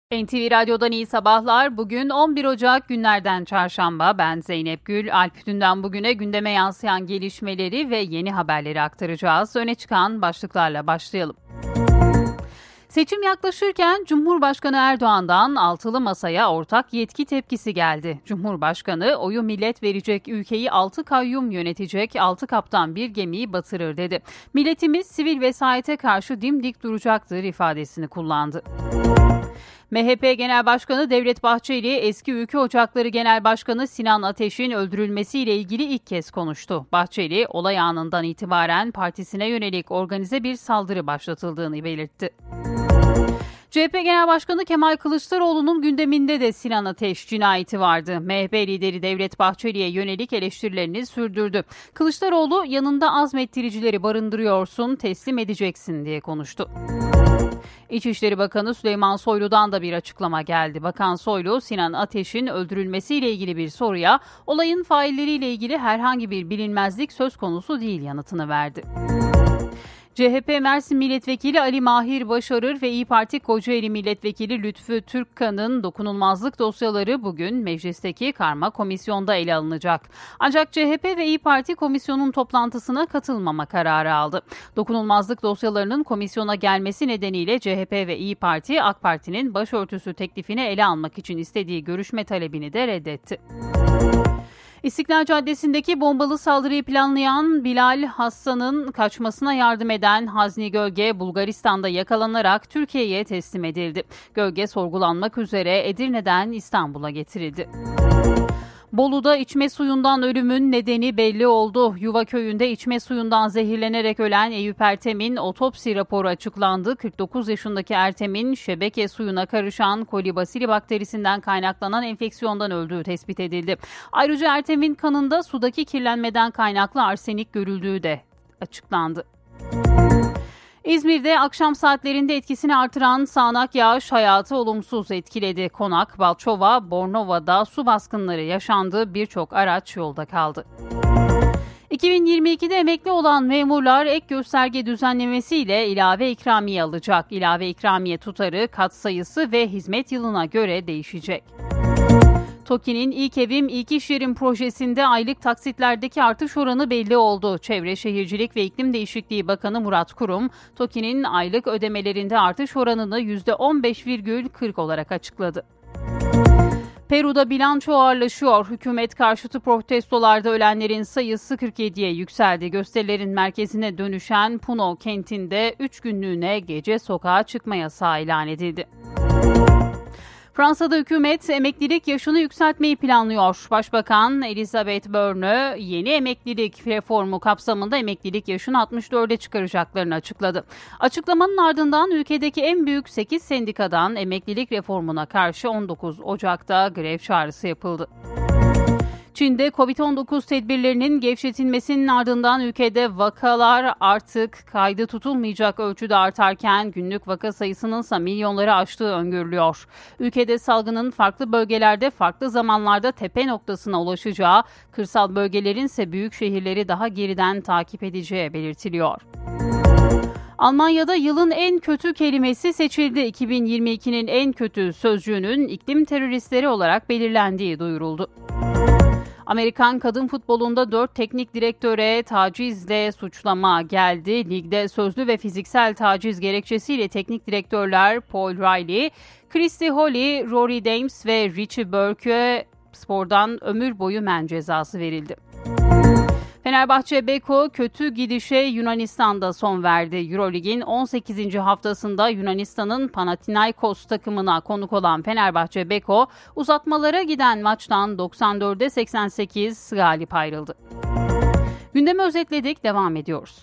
NTV Radyo'dan iyi sabahlar. Bugün 11 Ocak günlerden çarşamba. Ben Zeynep Gül. Alp Dünden bugüne gündeme yansıyan gelişmeleri ve yeni haberleri aktaracağız. Öne çıkan başlıklarla başlayalım. Seçim yaklaşırken Cumhurbaşkanı Erdoğan'dan altılı masaya ortak yetki tepkisi geldi. Cumhurbaşkanı oyu millet verecek, ülkeyi 6 kayyum yönetecek, 6 kaptan bir gemiyi batırır dedi. Milletimiz sivil vesayete karşı dimdik duracaktır ifadesini kullandı. MHP Genel Başkanı Devlet Bahçeli, eski Ülke Ocakları Genel Başkanı Sinan Ateş'in öldürülmesiyle ilgili ilk kez konuştu. Bahçeli, olay anından itibaren partisine yönelik organize bir saldırı başlatıldığını belirtti. CHP Genel Başkanı Kemal Kılıçdaroğlu'nun gündeminde de Sinan Ateş cinayeti vardı. MHP lideri Devlet Bahçeli'ye yönelik eleştirilerini sürdürdü. Kılıçdaroğlu, yanında azmettiricileri barındırıyorsun, teslim edeceksin diye konuştu. İçişleri Bakanı Süleyman Soylu'dan da bir açıklama geldi. Bakan Soylu, Sinan Ateş'in öldürülmesiyle ilgili bir soruya olayın failleriyle ilgili herhangi bir bilinmezlik söz konusu değil yanıtını verdi. CHP Mersin Milletvekili Ali Mahir Başarır ve İYİ Parti Kocaeli Milletvekili Lütfü Türkkan'ın dokunulmazlık dosyaları bugün meclisteki karma komisyonda ele alınacak. Ancak CHP ve İYİ Parti komisyonun toplantısına katılmama kararı aldı. Dokunulmazlık dosyalarının komisyona gelmesi nedeniyle CHP ve İYİ Parti, AK Parti'nin başörtüsü teklifini ele almak için istediği görüşme talebini de reddetti. İstiklal Caddesi'ndeki bombalı saldırıyı planlayan Bilal Hassan'ın kaçmasına yardım eden Hazni Gölge, Bulgaristan'da yakalanarak Türkiye'ye teslim edildi. Gölge sorgulanmak üzere Edirne'den İstanbul'a getirildi. Bolu'da içme suyundan ölümün nedeni belli oldu. Yuva köyünde içme suyundan zehirlenerek ölen Eyüp Ertem'in otopsi raporu açıklandı. 49 yaşındaki Ertem'in şebeke suyuna karışan kolibasili bakterisinden kaynaklanan enfeksiyondan öldüğü tespit edildi. Ayrıca Ertem'in kanında sudaki kirlenmeden kaynaklı arsenik görüldüğü de açıklandı. İzmir'de akşam saatlerinde etkisini artıran sağanak yağış hayatı olumsuz etkiledi. Konak, Balçova, Bornova'da su baskınları yaşandı, birçok araç yolda kaldı. 2022'de emekli olan memurlar ek gösterge düzenlemesiyle ilave ikramiye alacak. İlave ikramiye tutarı, katsayısı ve hizmet yılına göre değişecek. TOKİ'nin İlk Evim İlk İş Yerim projesinde aylık taksitlerdeki artış oranı belli oldu. Çevre Şehircilik ve İklim Değişikliği Bakanı Murat Kurum, TOKİ'nin aylık ödemelerinde artış oranını %15,40 olarak açıkladı. Peru'da bilanço ağırlaşıyor. Hükümet karşıtı protestolarda ölenlerin sayısı 47'ye yükseldi. Gösterilerin merkezine dönüşen Puno kentinde 3 günlüğüne gece sokağa çıkma yasağı ilan edildi. Fransa'da hükümet emeklilik yaşını yükseltmeyi planlıyor. Başbakan Elisabeth Borne yeni emeklilik reformu kapsamında emeklilik yaşını 64'e çıkaracaklarını açıkladı. Açıklamanın ardından ülkedeki en büyük 8 sendikadan emeklilik reformuna karşı 19 Ocak'ta grev çağrısı yapıldı. Çin'de Covid-19 tedbirlerinin gevşetilmesinin ardından ülkede vakalar artık kaydı tutulmayacak ölçüde artarken günlük vaka sayısının ise milyonları aştığı öngörülüyor. Ülkede salgının farklı bölgelerde farklı zamanlarda tepe noktasına ulaşacağı, kırsal bölgelerin ise büyük şehirleri daha geriden takip edeceği belirtiliyor. Almanya'da yılın en kötü kelimesi seçildi. 2022'nin en kötü sözcüğünün iklim teröristleri olarak belirlendiği duyuruldu. Amerikan kadın futbolunda 4 teknik direktöre tacizle suçlama geldi. Ligde sözlü ve fiziksel taciz gerekçesiyle teknik direktörler Paul Riley, Christy Holly, Rory Dames ve Richie Burke'e spordan ömür boyu men cezası verildi. Fenerbahçe Beko kötü gidişe Yunanistan'da son verdi. Eurolig'in 18. haftasında Yunanistan'ın Panathinaikos takımına konuk olan Fenerbahçe Beko uzatmalara giden maçtan 94'e 88 galip ayrıldı. Gündemi özetledik, devam ediyoruz.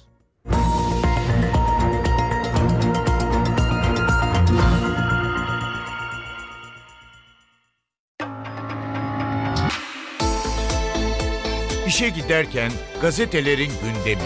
İşe giderken gazetelerin gündemi.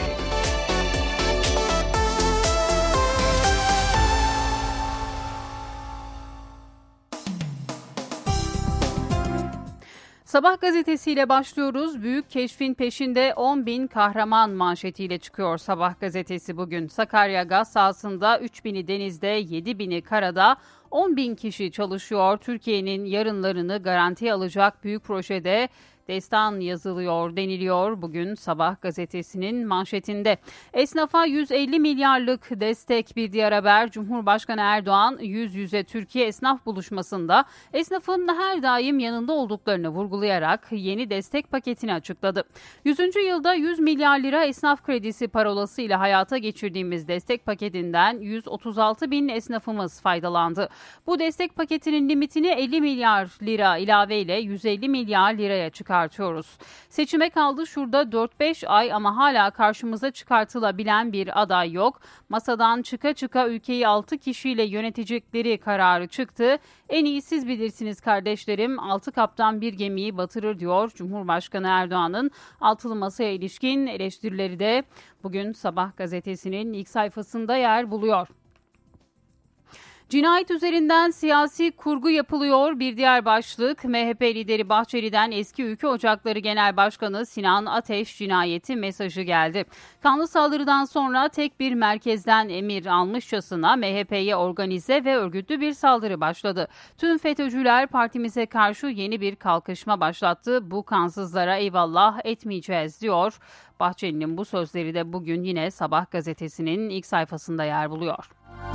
Sabah gazetesiyle başlıyoruz. Büyük keşfin peşinde 10.000 kahraman manşetiyle çıkıyor Sabah gazetesi bugün. Sakarya gaz sahasında 3.000'i denizde, 7.000'i karada, 10.000 kişi çalışıyor. Türkiye'nin yarınlarını garantiye alacak büyük projede destan yazılıyor deniliyor bugün Sabah gazetesinin manşetinde. Esnafa 150 milyarlık destek bir diğer haber. Cumhurbaşkanı Erdoğan yüz yüze Türkiye esnaf buluşmasında esnafın her daim yanında olduklarını vurgulayarak yeni destek paketini açıkladı. 100. yılda 100 milyar lira esnaf kredisi parolasıyla hayata geçirdiğimiz destek paketinden 136 bin esnafımız faydalandı. Bu destek paketinin limitini 50 milyar lira ilaveyle 150 milyar liraya çıkartıyoruz. Seçime kaldı şurada 4-5 ay ama hala karşımıza çıkartılabilen bir aday yok. Masadan çıka çıka ülkeyi 6 kişiyle yönetecekleri kararı çıktı. En iyi siz bilirsiniz kardeşlerim, 6 kaptan bir gemiyi batırır diyor Cumhurbaşkanı Erdoğan'ın altılı masaya ilişkin eleştirileri de bugün Sabah gazetesinin ilk sayfasında yer buluyor. Cinayet üzerinden siyasi kurgu yapılıyor. Bir diğer başlık, MHP lideri Bahçeli'den eski Ülke Ocakları Genel Başkanı Sinan Ateş cinayeti mesajı geldi. Kanlı saldırıdan sonra tek bir merkezden emir almışçasına MHP'ye organize ve örgütlü bir saldırı başladı. Tüm FETÖ'cüler partimize karşı yeni bir kalkışma başlattı. Bu kansızlara eyvallah etmeyeceğiz diyor. Bahçeli'nin bu sözleri de bugün yine Sabah gazetesinin ilk sayfasında yer buluyor.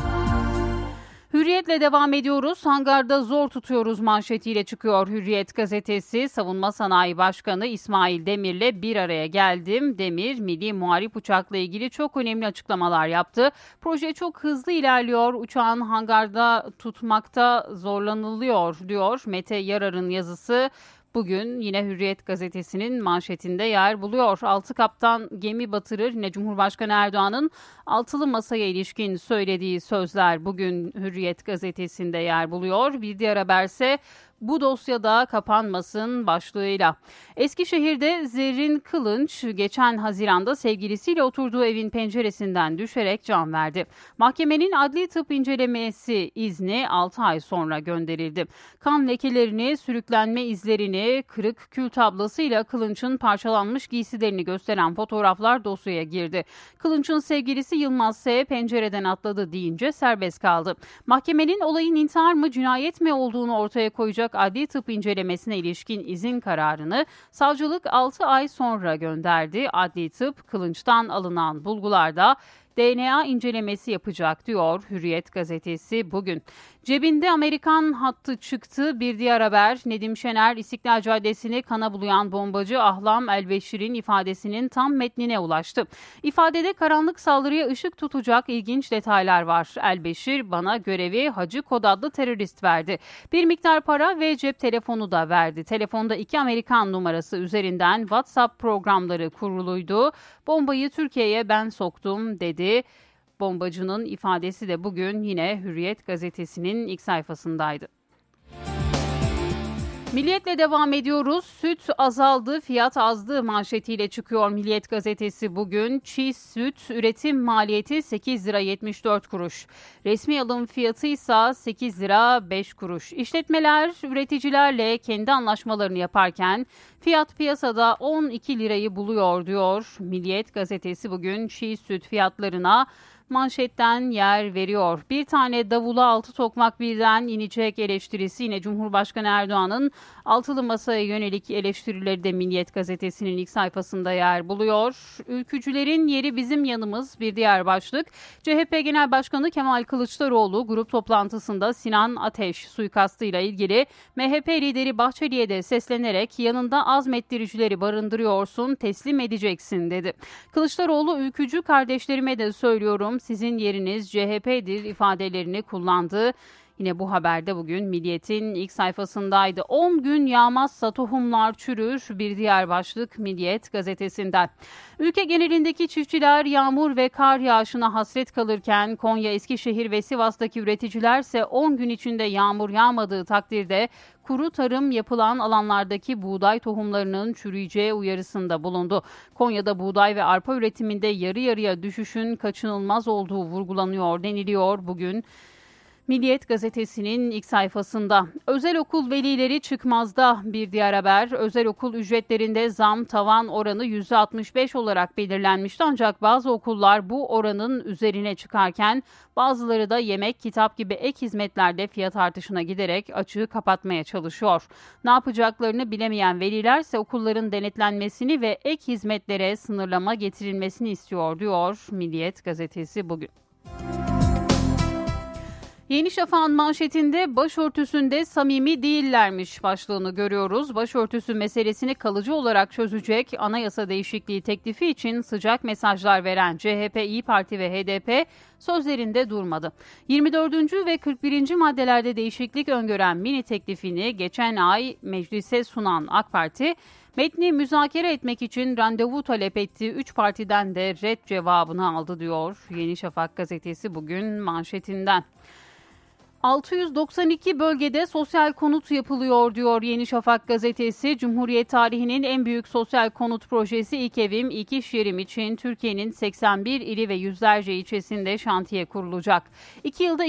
Hürriyetle devam ediyoruz. Hangarda zor tutuyoruz manşetiyle çıkıyor Hürriyet gazetesi. Savunma Sanayi Başkanı İsmail Demir'le bir araya geldim. Demir, milli muharip uçakla ilgili çok önemli açıklamalar yaptı. Proje çok hızlı ilerliyor. Uçağın hangarda tutmakta zorlanılıyor diyor. Mete Yarar'ın yazısı. Bugün yine Hürriyet gazetesinin manşetinde yer buluyor. 6 kaptan gemi batırır. Yine Cumhurbaşkanı Erdoğan'ın altılı masaya ilişkin söylediği sözler bugün Hürriyet gazetesinde yer buluyor. Bir diğer haberse bu dosyada kapanmasın başlığıyla. Eskişehir'de Zerrin Kılınç geçen Haziran'da sevgilisiyle oturduğu evin penceresinden düşerek can verdi. Mahkemenin adli tıp incelemesi izni 6 ay sonra gönderildi. Kan lekelerini, sürüklenme izlerini, kırık kül tablasıyla Kılınç'ın parçalanmış giysilerini gösteren fotoğraflar dosyaya girdi. Kılınç'ın sevgilisi Yılmaz S. pencereden atladı deyince serbest kaldı. Mahkemenin olayın intihar mı cinayet mi olduğunu ortaya koyacak adli tıp incelemesine ilişkin izin kararını savcılık 6 ay sonra gönderdi. Adli tıp Kılınç'tan alınan bulgularda DNA incelemesi yapacak diyor Hürriyet gazetesi bugün. Cebinde Amerikan hattı çıktı. Bir diğer haber, Nedim Şener İstiklal Caddesi'ni kana bulayan bombacı Ahlam Elbeşir'in ifadesinin tam metnine ulaştı. İfadede karanlık saldırıya ışık tutacak ilginç detaylar var. Elbeşir bana görevi Hacı Kod adlı terörist verdi. Bir miktar para ve cep telefonu da verdi. Telefonda 2 Amerikan numarası üzerinden WhatsApp programları kuruluydu. Bombayı Türkiye'ye ben soktum dedi. Bombacının ifadesi de bugün yine Hürriyet gazetesinin ilk sayfasındaydı. Milliyet'le devam ediyoruz. Süt azaldı, fiyat azdı manşetiyle çıkıyor Milliyet gazetesi bugün. Çiğ süt üretim maliyeti 8 lira 74 kuruş. Resmi alım fiyatı ise 8 lira 5 kuruş. İşletmeler üreticilerle kendi anlaşmalarını yaparken fiyat piyasada 12 lirayı buluyor diyor. Milliyet gazetesi bugün çiğ süt fiyatlarına manşetten yer veriyor. Bir tane davula 6 tokmak birden inecek eleştirisi yine Cumhurbaşkanı Erdoğan'ın altılı masaya yönelik eleştirileri de Milliyet gazetesinin ilk sayfasında yer buluyor. Ülkücülerin yeri bizim yanımız bir diğer başlık. CHP Genel Başkanı Kemal Kılıçdaroğlu grup toplantısında Sinan Ateş suikastıyla ilgili MHP lideri Bahçeli'ye de seslenerek yanında azmettiricileri barındırıyorsun, teslim edeceksin dedi. Kılıçdaroğlu ülkücü kardeşlerime de söylüyorum, sizin yeriniz CHP'dir ifadelerini kullandı. Yine bu haberde bugün Milliyet'in ilk sayfasındaydı. 10 gün yağmazsa tohumlar çürür bir diğer başlık Milliyet gazetesinden. Ülke genelindeki çiftçiler yağmur ve kar yağışına hasret kalırken Konya, Eskişehir ve Sivas'taki üreticilerse 10 gün içinde yağmur yağmadığı takdirde kuru tarım yapılan alanlardaki buğday tohumlarının çürüyeceği uyarısında bulundu. Konya'da buğday ve arpa üretiminde yarı yarıya düşüşün kaçınılmaz olduğu vurgulanıyor deniliyor bugün Milliyet gazetesinin ilk sayfasında. Özel okul velileri çıkmazda bir diğer haber. Özel okul ücretlerinde zam tavan oranı %65 olarak belirlenmişti. Ancak bazı okullar bu oranın üzerine çıkarken bazıları da yemek, kitap gibi ek hizmetlerde fiyat artışına giderek açığı kapatmaya çalışıyor. Ne yapacaklarını bilemeyen velilerse okulların denetlenmesini ve ek hizmetlere sınırlama getirilmesini istiyor diyor Milliyet gazetesi bugün. Yeni Şafak'ın manşetinde başörtüsünde samimi değillermiş başlığını görüyoruz. Başörtüsü meselesini kalıcı olarak çözecek anayasa değişikliği teklifi için sıcak mesajlar veren CHP, İYİ Parti ve HDP sözlerinde durmadı. 24. ve 41. maddelerde değişiklik öngören mini teklifini geçen ay meclise sunan AK Parti, metni müzakere etmek için randevu talep ettiği 3 partiden de red cevabını aldı diyor Yeni Şafak gazetesi bugün manşetinden. 692 bölgede sosyal konut yapılıyor diyor Yeni Şafak gazetesi. Cumhuriyet tarihinin en büyük sosyal konut projesi İlk Evim, İlk İş Yerim için Türkiye'nin 81 ili ve yüzlerce ilçesinde şantiye kurulacak. 2 yılda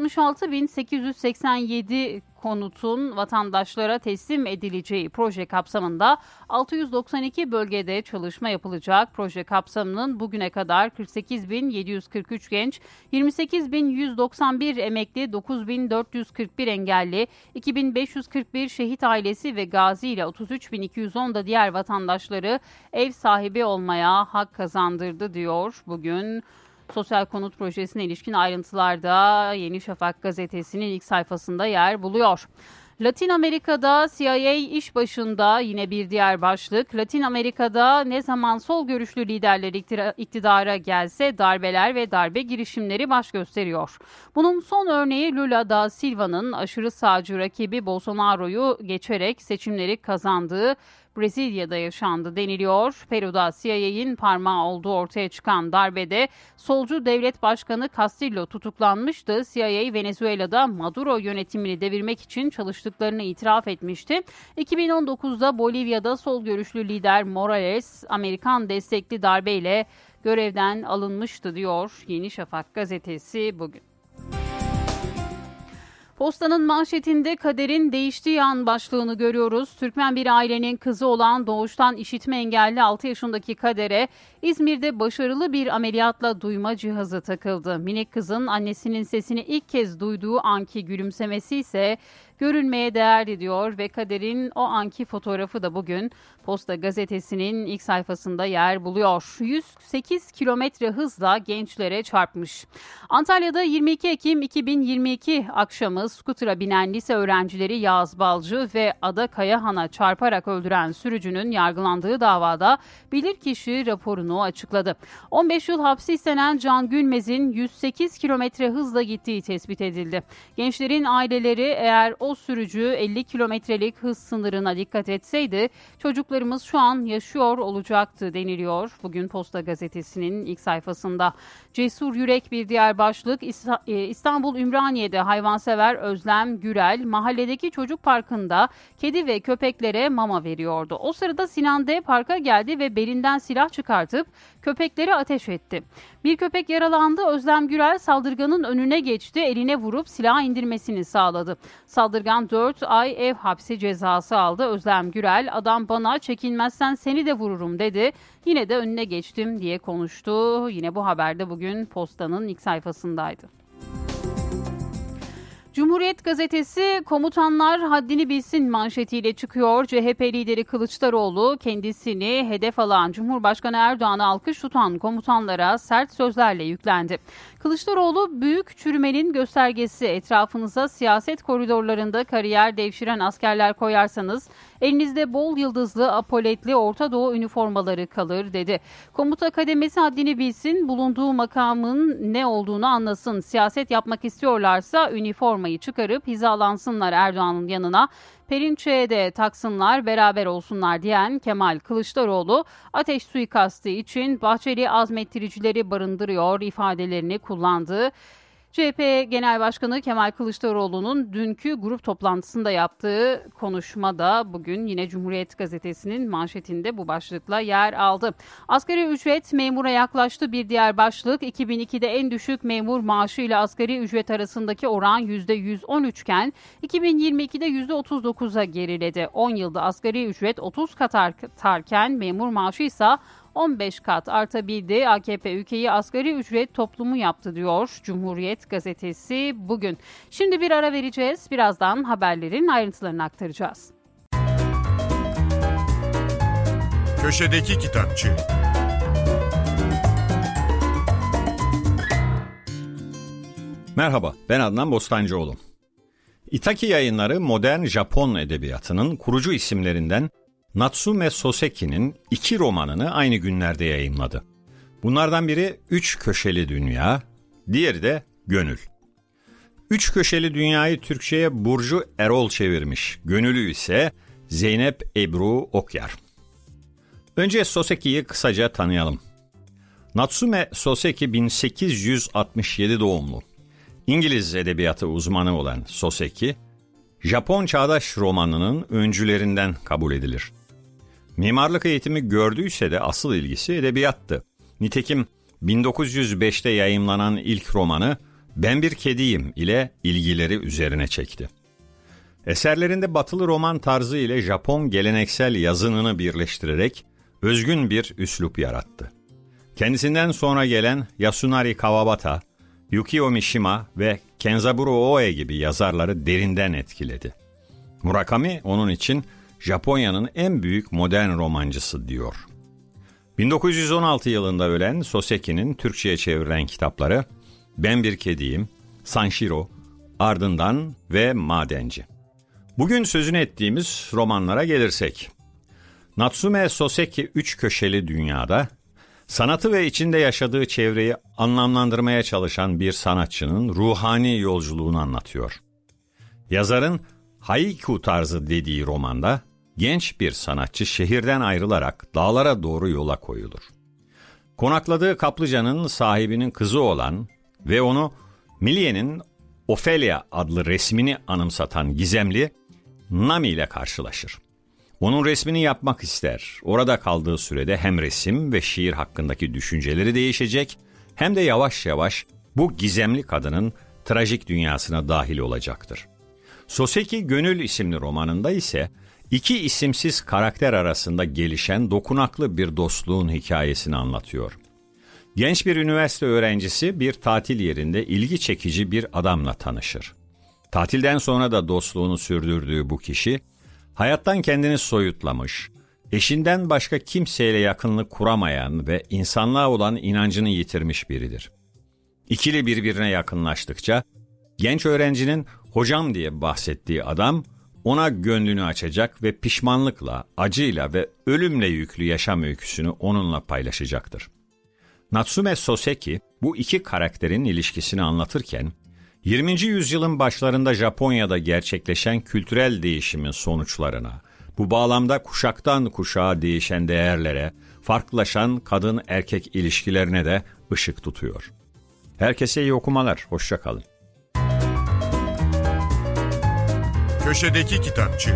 266.887 konutun vatandaşlara teslim edileceği proje kapsamında 692 bölgede çalışma yapılacak. Proje kapsamının bugüne kadar 48.743 genç, 28.191 emekli, 9.441 engelli, 2.541 şehit ailesi ve gazi ile 33.210 da diğer vatandaşları ev sahibi olmaya hak kazandırdı diyor bugün. Sosyal konut projesine ilişkin ayrıntılar da Yeni Şafak gazetesinin ilk sayfasında yer buluyor. Latin Amerika'da CIA iş başında yine bir diğer başlık. Latin Amerika'da ne zaman sol görüşlü liderler iktidara gelse darbeler ve darbe girişimleri baş gösteriyor. Bunun son örneği Lula da Silva'nın aşırı sağcı rakibi Bolsonaro'yu geçerek seçimleri kazandığı Brezilya'da yaşandı deniliyor. Peru'da CIA'nin parmağı olduğu ortaya çıkan darbede solcu devlet başkanı Castillo tutuklanmıştı. CIA Venezuela'da Maduro yönetimini devirmek için çalıştıklarını itiraf etmişti. 2019'da Bolivya'da sol görüşlü lider Morales Amerikan destekli darbeyle görevden alınmıştı diyor Yeni Şafak gazetesi bugün. Postanın manşetinde kaderin değiştiği an başlığını görüyoruz. Türkmen bir ailenin kızı olan doğuştan işitme engelli 6 yaşındaki Kader'e İzmir'de başarılı bir ameliyatla duyma cihazı takıldı. Minik kızın annesinin sesini ilk kez duyduğu anki gülümsemesi ise görülmeye değerli diyor ve Kader'in o anki fotoğrafı da bugün Posta gazetesinin ilk sayfasında yer buluyor. 108 kilometre hızla gençlere çarpmış. Antalya'da 22 Ekim 2022 akşamı skutura binen lise öğrencileri Yağız Balcı ve Ada Kayahan'a çarparak öldüren sürücünün yargılandığı davada bilirkişi raporunu açıkladı. 15 yıl hapsi istenen Can Gülmez'in 108 kilometre hızla gittiği tespit edildi. Gençlerin aileleri eğer o sürücü 50 kilometrelik hız sınırına dikkat etseydi çocuklarımız şu an yaşıyor olacaktı deniliyor. Bugün Posta gazetesinin ilk sayfasında. Cesur yürek bir diğer başlık. İstanbul Ümraniye'de hayvansever Özlem Gürel mahalledeki çocuk parkında kedi ve köpeklere mama veriyordu. O sırada Sinan D parka geldi ve belinden silah çıkartıp köpekleri ateş etti. Bir köpek yaralandı. Özlem Gürel saldırganın önüne geçti. Eline vurup silah indirmesini sağladı. Saldırgan 4 ay ev hapsi cezası aldı. Özlem Gürel adam bana çekinmezsen seni de vururum dedi. Yine de önüne geçtim diye konuştu. Yine bu haberde bugün Posta'nın ilk sayfasındaydı. Cumhuriyet gazetesi komutanlar haddini bilsin manşetiyle çıkıyor. CHP lideri Kılıçdaroğlu kendisini hedef alan Cumhurbaşkanı Erdoğan'a alkış tutan komutanlara sert sözlerle yüklendi. Kılıçdaroğlu büyük çürümenin göstergesi, etrafınıza siyaset koridorlarında kariyer devşiren askerler koyarsanız elinizde bol yıldızlı apoletli Orta Doğu üniformaları kalır dedi. Komuta kademesi haddini bilsin, bulunduğu makamın ne olduğunu anlasın. Siyaset yapmak istiyorlarsa üniformayı çıkarıp hizalansınlar Erdoğan'ın yanına. Perinçe'ye de taksınlar, beraber olsunlar diyen Kemal Kılıçdaroğlu, ateş suikastı için Bahçeli azmettiricileri barındırıyor ifadelerini kullandı. CHP Genel Başkanı Kemal Kılıçdaroğlu'nun dünkü grup toplantısında yaptığı konuşmada bugün yine Cumhuriyet Gazetesi'nin manşetinde bu başlıkla yer aldı. Asgari ücret memura yaklaştı. Bir diğer başlık, 2002'de en düşük memur maaşı ile asgari ücret arasındaki oran %113 iken 2022'de %39'a geriledi. 10 yılda asgari ücret 30 kat artarken memur maaşı ise 15 kat artabildi. AKP ülkeyi asgari ücret toplumu yaptı diyor Cumhuriyet Gazetesi bugün. Şimdi bir ara vereceğiz. Birazdan haberlerin ayrıntılarını aktaracağız. Köşedeki Kitapçı. Merhaba, ben Adnan Bostancıoğlu. Itaki Yayınları modern Japon edebiyatının kurucu isimlerinden Natsume Soseki'nin 2 romanını aynı günlerde yayımladı. Bunlardan biri Üç Köşeli Dünya, diğeri de Gönül. Üç Köşeli Dünya'yı Türkçe'ye Burcu Erol çevirmiş, Gönül'ü ise Zeynep Ebru Okyar. Önce Soseki'yi kısaca tanıyalım. Natsume Soseki 1867 doğumlu. İngiliz edebiyatı uzmanı olan Soseki, Japon çağdaş romanının öncülerinden kabul edilir. Mimarlık eğitimi gördüyse de asıl ilgisi edebiyattı. Nitekim 1905'te yayımlanan ilk romanı Ben Bir Kediyim ile ilgileri üzerine çekti. Eserlerinde batılı roman tarzı ile Japon geleneksel yazınını birleştirerek özgün bir üslup yarattı. Kendisinden sonra gelen Yasunari Kawabata, Yukio Mishima ve Kenzaburo Oe gibi yazarları derinden etkiledi. Murakami onun için Japonya'nın en büyük modern romancısı diyor. 1916 yılında ölen Soseki'nin Türkçe'ye çevrilen kitapları Ben Bir Kediyim, Sanshiro, Ardından ve Madenci. Bugün sözünü ettiğimiz romanlara gelirsek, Natsume Soseki Üç Köşeli Dünya'da sanatı ve içinde yaşadığı çevreyi anlamlandırmaya çalışan bir sanatçının ruhani yolculuğunu anlatıyor. Yazarın haiku tarzı dediği romanda genç bir sanatçı şehirden ayrılarak dağlara doğru yola koyulur. Konakladığı kaplıcanın sahibinin kızı olan ve onu Millie'nin Ophelia adlı resmini anımsatan gizemli Nami ile karşılaşır. Onun resmini yapmak ister. Orada kaldığı sürede hem resim ve şiir hakkındaki düşünceleri değişecek hem de yavaş yavaş bu gizemli kadının trajik dünyasına dahil olacaktır. Soseki Gönül isimli romanında ise iki isimsiz karakter arasında gelişen dokunaklı bir dostluğun hikayesini anlatıyor. Genç bir üniversite öğrencisi bir tatil yerinde ilgi çekici bir adamla tanışır. Tatilden sonra da dostluğunu sürdürdüğü bu kişi, hayattan kendini soyutlamış, eşinden başka kimseyle yakınlık kuramayan ve insanlığa olan inancını yitirmiş biridir. İkili birbirine yakınlaştıkça, genç öğrencinin hocam diye bahsettiği adam, ona gönlünü açacak ve pişmanlıkla, acıyla ve ölümle yüklü yaşam öyküsünü onunla paylaşacaktır. Natsume Soseki bu iki karakterin ilişkisini anlatırken, 20. yüzyılın başlarında Japonya'da gerçekleşen kültürel değişimin sonuçlarına, bu bağlamda kuşaktan kuşağa değişen değerlere, farklılaşan kadın-erkek ilişkilerine de ışık tutuyor. Herkese iyi okumalar, hoşça kalın. Köşedeki Kitapçı.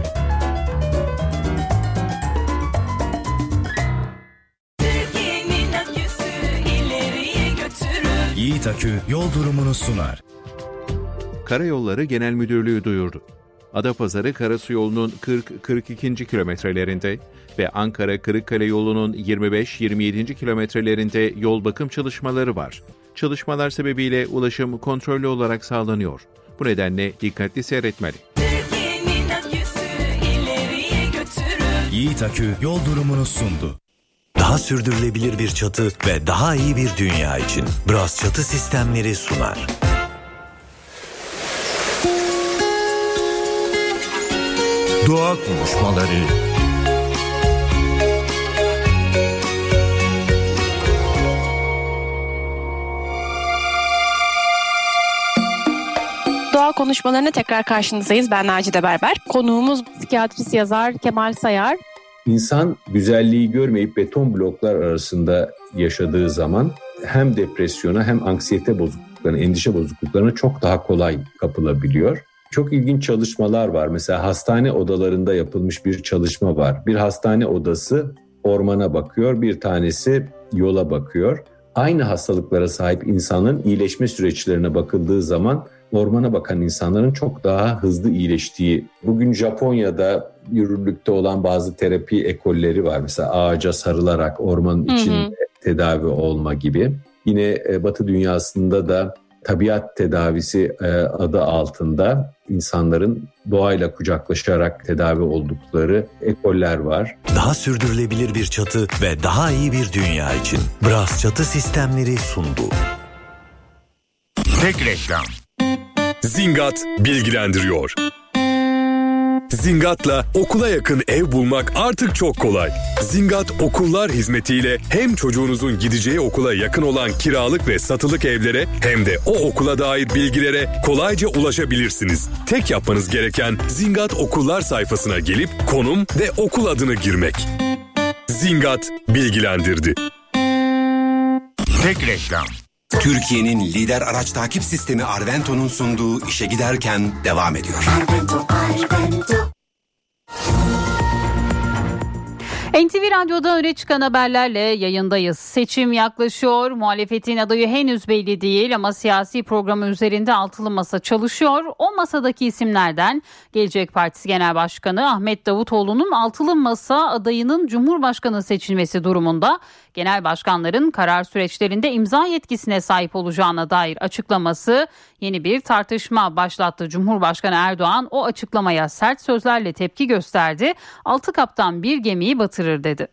Yiğit Akü yol durumunu sunar. Karayolları Genel Müdürlüğü duyurdu. Adapazarı Karasu yolunun 40-42. kilometrelerinde ve Ankara-Kırıkkale yolunun 25-27. kilometrelerinde yol bakım çalışmaları var. Çalışmalar sebebiyle ulaşım kontrollü olarak sağlanıyor. Bu nedenle dikkatli seyretmeli. Yiğit Akü yol durumunu sundu. Daha sürdürülebilir bir çatı ve daha iyi bir dünya için Bras Çatı Sistemleri sunar. Doğa Konuşmaları. Doğa Konuşmalarına tekrar karşınızdayız. Ben Nacide Berber. Konuğumuz psikiyatrist yazar Kemal Sayar. İnsan güzelliği görmeyip beton bloklar arasında yaşadığı zaman hem depresyona hem anksiyete bozukluklarına, endişe bozukluklarına çok daha kolay kapılabiliyor. Çok ilginç çalışmalar var. Mesela hastane odalarında yapılmış bir çalışma var. Bir hastane odası ormana bakıyor, bir tanesi yola bakıyor. Aynı hastalıklara sahip insanların iyileşme süreçlerine bakıldığı zaman ormana bakan insanların çok daha hızlı iyileştiği. Bugün Japonya'da yürürlükte olan bazı terapi ekolleri var. Mesela ağaca sarılarak ormanın içinde tedavi olma gibi. Yine Batı dünyasında da tabiat tedavisi adı altında insanların doğayla kucaklaşarak tedavi oldukları ekoller var. Daha sürdürülebilir bir çatı ve daha iyi bir dünya için Bras Çatı Sistemleri sundu. Tek reklam. Zingat bilgilendiriyor. Zingat'la okula yakın ev bulmak artık çok kolay. Zingat Okullar hizmetiyle hem çocuğunuzun gideceği okula yakın olan kiralık ve satılık evlere hem de o okula dair bilgilere kolayca ulaşabilirsiniz. Tek yapmanız gereken Zingat Okullar sayfasına gelip konum ve okul adını girmek. Zingat bilgilendirdi. Tek reklam. Türkiye'nin lider araç takip sistemi Arvento'nun sunduğu İşe Giderken devam ediyor. NTV Radyo'da öne çıkan haberlerle yayındayız. Seçim yaklaşıyor. Muhalefetin adayı henüz belli değil ama siyasi programı üzerinde altılı masa çalışıyor. O masadaki isimlerden Gelecek Partisi Genel Başkanı Ahmet Davutoğlu'nun altılı masa adayının Cumhurbaşkanı seçilmesi durumunda genel başkanların karar süreçlerinde imza yetkisine sahip olacağına dair açıklaması yeni bir tartışma başlattı. Cumhurbaşkanı Erdoğan o açıklamaya sert sözlerle tepki gösterdi. 6 kaptan bir gemiyi batırır dedi.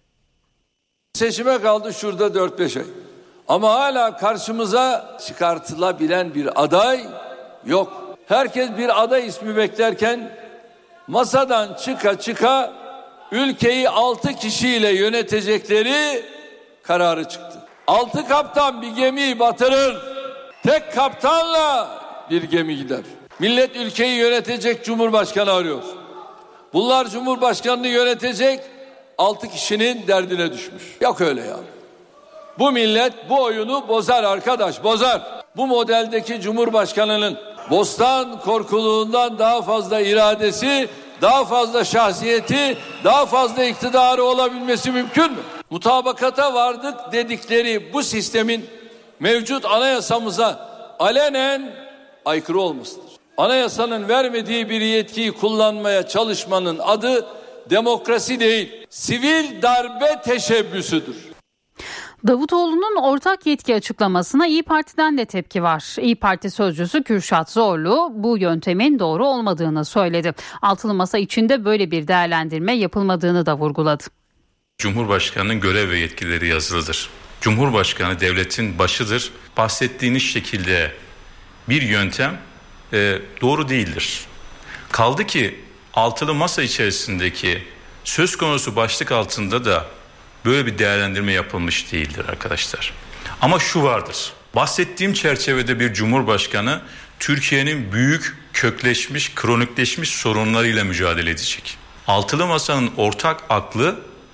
Seçime kaldı şurada 4-5 ay. Ama hala karşımıza çıkartılabilen bir aday yok. Herkes bir aday ismi beklerken masadan çıka ülkeyi 6 kişiyle yönetecekleri kararı çıktı. 6 kaptan bir gemiyi batırır. Tek kaptanla bir gemi gider. Millet ülkeyi yönetecek Cumhurbaşkanı arıyor. Bunlar Cumhurbaşkanını yönetecek 6 kişinin derdine düşmüş. Yok öyle ya. Bu millet bu oyunu bozar arkadaş, bozar. Bu modeldeki Cumhurbaşkanının bostan korkuluğundan daha fazla iradesi, daha fazla şahsiyeti, daha fazla iktidarı olabilmesi mümkün mü? Mutabakata vardık dedikleri bu sistemin mevcut anayasamıza alenen aykırı olmasıdır. Anayasanın vermediği bir yetkiyi kullanmaya çalışmanın adı demokrasi değil, sivil darbe teşebbüsüdür. Davutoğlu'nun ortak yetki açıklamasına İYİ Parti'den de tepki var. İYİ Parti sözcüsü Kürşat Zorlu bu yöntemin doğru olmadığını söyledi. Altılı masa içinde böyle bir değerlendirme yapılmadığını da vurguladı. Cumhurbaşkanının görev ve yetkileri yazılıdır. Cumhurbaşkanı devletin başıdır. Bahsettiğiniz şekilde bir yöntem doğru değildir. Kaldı ki altılı masa içerisindeki söz konusu başlık altında da böyle bir değerlendirme yapılmış değildir arkadaşlar. Ama şu vardır. Bahsettiğim çerçevede bir cumhurbaşkanı Türkiye'nin büyük, kökleşmiş, kronikleşmiş sorunlarıyla mücadele edecek. Altılı masanın ortak aklı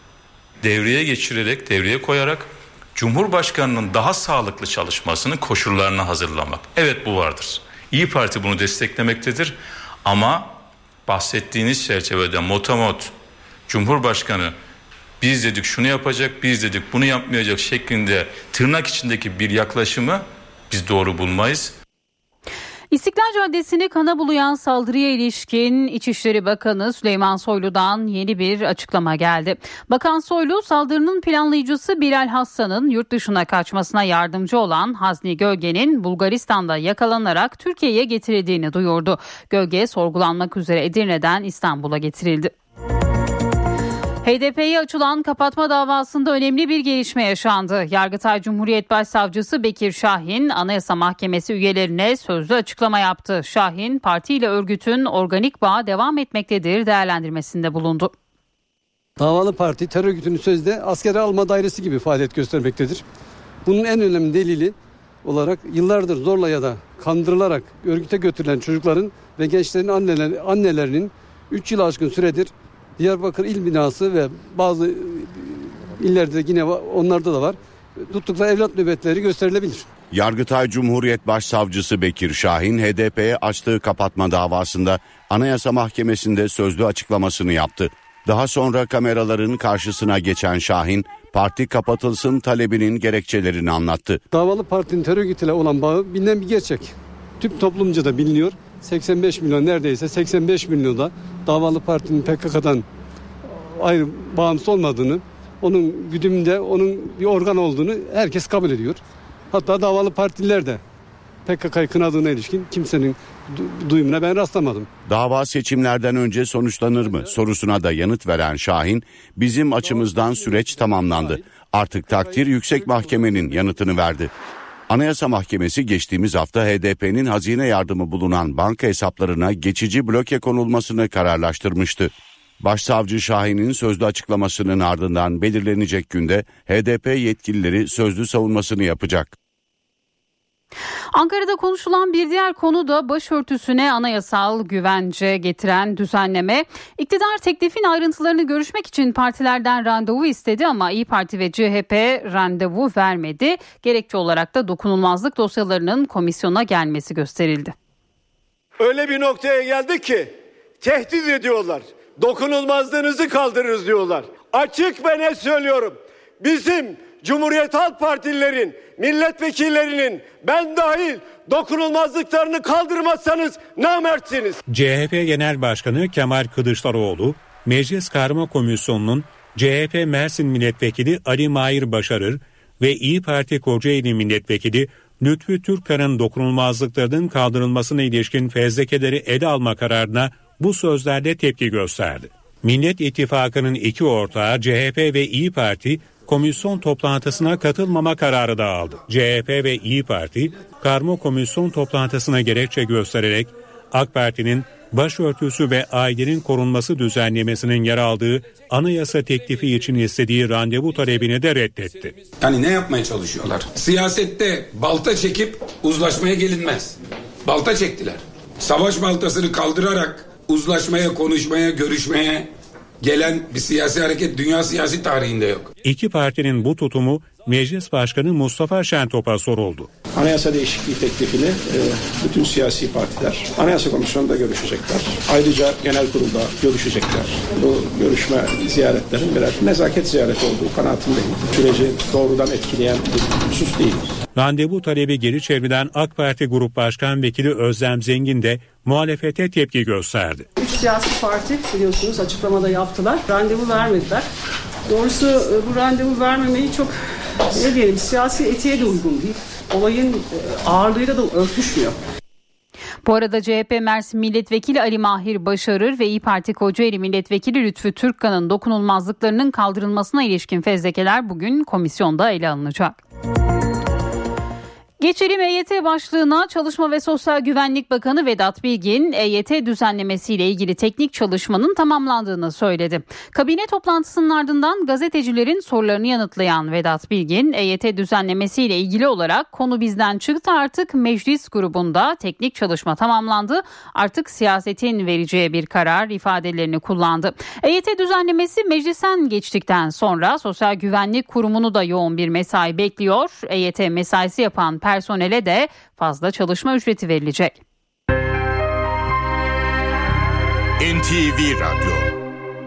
devreye koyarak Cumhurbaşkanının daha sağlıklı çalışmasının koşullarını hazırlamak. Evet, bu vardır. İYİ Parti bunu desteklemektedir ama bahsettiğiniz çerçevede motamot Cumhurbaşkanı biz dedik şunu yapacak, biz dedik bunu yapmayacak şeklinde tırnak içindeki bir yaklaşımı biz doğru bulmayız. İstiklal Caddesi'ni kana bulayan saldırıya ilişkin İçişleri Bakanı Süleyman Soylu'dan yeni bir açıklama geldi. Bakan Soylu, saldırının planlayıcısı Bilal Hassan'ın yurt dışına kaçmasına yardımcı olan Hazni Gölge'nin Bulgaristan'da yakalanarak Türkiye'ye getirildiğini duyurdu. Gölge sorgulanmak üzere Edirne'den İstanbul'a getirildi. HDP'ye açılan kapatma davasında önemli bir gelişme yaşandı. Yargıtay Cumhuriyet Başsavcısı Bekir Şahin, Anayasa Mahkemesi üyelerine sözlü açıklama yaptı. Şahin, partiyle örgütün organik bağı devam etmektedir değerlendirmesinde bulundu. Davalı parti terör örgütünün sözde askere alma dairesi gibi faaliyet göstermektedir. Bunun en önemli delili olarak yıllardır zorla ya da kandırılarak örgüte götürülen çocukların ve gençlerin annelerinin 3 yıl aşkın süredir Diyarbakır İl Binası ve bazı illerde yine onlarda da var. Tuttukları evlat nöbetleri gösterilebilir. Yargıtay Cumhuriyet Başsavcısı Bekir Şahin, HDP'ye açtığı kapatma davasında Anayasa Mahkemesi'nde sözlü açıklamasını yaptı. Daha sonra kameraların karşısına geçen Şahin, parti kapatılsın talebinin gerekçelerini anlattı. Davalı partinin terör örgütüyle olan bağı bilinen bir gerçek. Tüm toplumca da biliniyor. 85 milyon neredeyse 85 milyon da davalı partinin PKK'dan ayrı bağımsız olmadığını, onun güdümünde onun bir organ olduğunu herkes kabul ediyor. Hatta davalı partiler de PKK'yı kınadığına ilişkin kimsenin duyumuna ben rastlamadım. Dava seçimlerden önce sonuçlanır mı sorusuna da yanıt veren Şahin, bizim açımızdan süreç tamamlandı. Artık takdir yüksek mahkemenin yanıtını verdi. Anayasa Mahkemesi geçtiğimiz hafta HDP'nin hazine yardımı bulunan banka hesaplarına geçici bloke konulmasını kararlaştırmıştı. Başsavcı Şahin'in sözlü açıklamasının ardından belirlenecek günde HDP yetkilileri sözlü savunmasını yapacak. Ankara'da konuşulan bir diğer konu da başörtüsüne anayasal güvence getiren düzenleme. İktidar teklifin ayrıntılarını görüşmek için partilerden randevu istedi ama İYİ Parti ve CHP randevu vermedi. Gerekçe olarak da dokunulmazlık dosyalarının komisyona gelmesi gösterildi. Öyle bir noktaya geldik ki tehdit ediyorlar. Dokunulmazlığınızı kaldırırız diyorlar. Açık ve net söylüyorum. Bizim Cumhuriyet Halk Partililerin, milletvekillerinin ben dahil dokunulmazlıklarını kaldırmazsanız namertsiniz. CHP Genel Başkanı Kemal Kılıçdaroğlu, Meclis Karma Komisyonu'nun CHP Mersin Milletvekili Ali Mahir Başarır ve İYİ Parti Kocaeli Milletvekili Lütfü Türkkan'ın dokunulmazlıklarının kaldırılmasına ilişkin fezlekeleri ele alma kararına bu sözlerle tepki gösterdi. Millet İttifakı'nın iki ortağı CHP ve İYİ Parti komisyon toplantısına katılmama kararı da aldı. CHP ve İYİ Parti karma komisyon toplantısına gerekçe göstererek AK Parti'nin başörtüsü ve ailenin korunması düzenlemesinin yer aldığı anayasa teklifi için istediği randevu talebini de reddetti. Yani ne yapmaya çalışıyorlar? Siyasette balta çekip uzlaşmaya gelinmez. Balta çektiler. Savaş baltasını kaldırarak uzlaşmaya, konuşmaya, görüşmeye gelen bir siyasi hareket dünya siyasi tarihinde yok. İki partinin bu tutumu Meclis Başkanı Mustafa Şentop'a soruldu. Anayasa değişikliği teklifini bütün siyasi partiler Anayasa Komisyonu'nda görüşecekler. Ayrıca genel kurulda görüşecekler. Bu görüşme ziyaretlerin birer nezaket ziyareti olduğu kanaatindeyim. Süreci doğrudan etkileyen bir husus değil. Randevu talebi geri çevrilen AK Parti Grup Başkan Vekili Özlem Zengin de muhalefete tepki gösterdi. 3 siyasi parti biliyorsunuz açıklamada yaptılar. Randevu vermediler. Doğrusu bu randevu vermemeyi çok siyasi etiğe de uygun değil. Olayın ağırlığıyla da örtüşmüyor. Bu arada CHP Mersin Milletvekili Ali Mahir Başarır ve İYİ Parti Kocaeli Milletvekili Lütfü Türkkan'ın dokunulmazlıklarının kaldırılmasına ilişkin fezlekeler bugün komisyonda ele alınacak. Geçelim EYT başlığına. Çalışma ve Sosyal Güvenlik Bakanı Vedat Bilgin, EYT düzenlemesiyle ilgili teknik çalışmanın tamamlandığını söyledi. Kabine toplantısının ardından gazetecilerin sorularını yanıtlayan Vedat Bilgin, EYT düzenlemesiyle ilgili olarak konu bizden çıktı, artık meclis grubunda teknik çalışma tamamlandı, artık siyasetin vereceği bir karar ifadelerini kullandı. EYT düzenlemesi meclisten geçtikten sonra Sosyal Güvenlik Kurumu'nu da yoğun bir mesai bekliyor. EYT mesaisi yapan personele de fazla çalışma ücreti verilecek. NTV Radyo.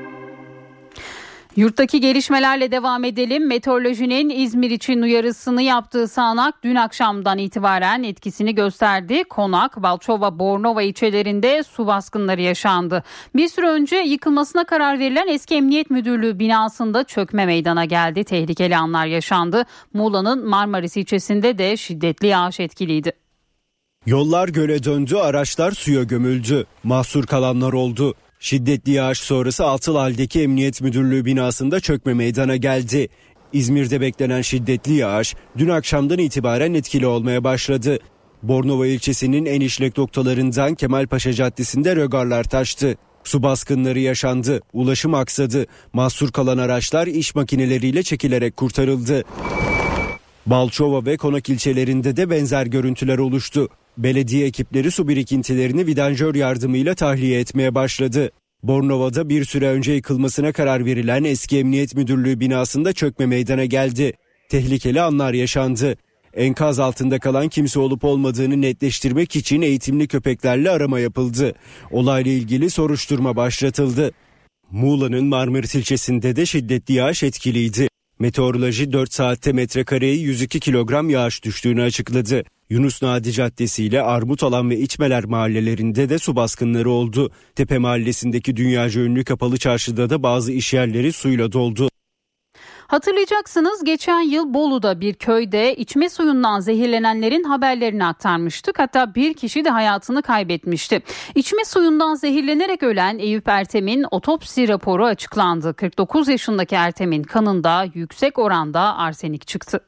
Yurttaki gelişmelerle devam edelim. Meteorolojinin İzmir için uyarısını yaptığı sağanak dün akşamdan itibaren etkisini gösterdi. Konak, Balçova, Bornova ilçelerinde su baskınları yaşandı. Bir süre önce yıkılmasına karar verilen eski Emniyet Müdürlüğü binasında çökme meydana geldi. Tehlikeli anlar yaşandı. Muğla'nın Marmaris ilçesinde de şiddetli yağış etkiliydi. Yollar göle döndü, araçlar suya gömüldü. Mahsur kalanlar oldu. Şiddetli yağış sonrası Altılal'deki Emniyet Müdürlüğü binasında çökme meydana geldi. İzmir'de beklenen şiddetli yağış dün akşamdan itibaren etkili olmaya başladı. Bornova ilçesinin en işlek noktalarından Kemalpaşa Caddesi'nde rögarlar taştı. Su baskınları yaşandı, ulaşım aksadı. Mahsur kalan araçlar iş makineleriyle çekilerek kurtarıldı. Balçova ve Konak ilçelerinde de benzer görüntüler oluştu. Belediye ekipleri su birikintilerini vidanjör yardımıyla tahliye etmeye başladı. Bornova'da bir süre önce yıkılmasına karar verilen eski Emniyet Müdürlüğü binasında çökme meydana geldi. Tehlikeli anlar yaşandı. Enkaz altında kalan kimse olup olmadığını netleştirmek için eğitimli köpeklerle arama yapıldı. Olayla ilgili soruşturma başlatıldı. Muğla'nın Marmaris ilçesinde de şiddetli yağış etkiliydi. Meteoroloji 4 saatte metrekareye 102 kilogram yağış düştüğünü açıkladı. Yunus Nadi Caddesi ile Armutalan ve İçmeler mahallelerinde de su baskınları oldu. Tepe Mahallesi'ndeki dünyaca ünlü kapalı çarşıda da bazı işyerleri suyla doldu. Hatırlayacaksınız, geçen yıl Bolu'da bir köyde içme suyundan zehirlenenlerin haberlerini aktarmıştık. Hatta bir kişi de hayatını kaybetmişti. İçme suyundan zehirlenerek ölen Eyüp Ertem'in otopsi raporu açıklandı. 49 yaşındaki Ertem'in kanında yüksek oranda arsenik çıktı.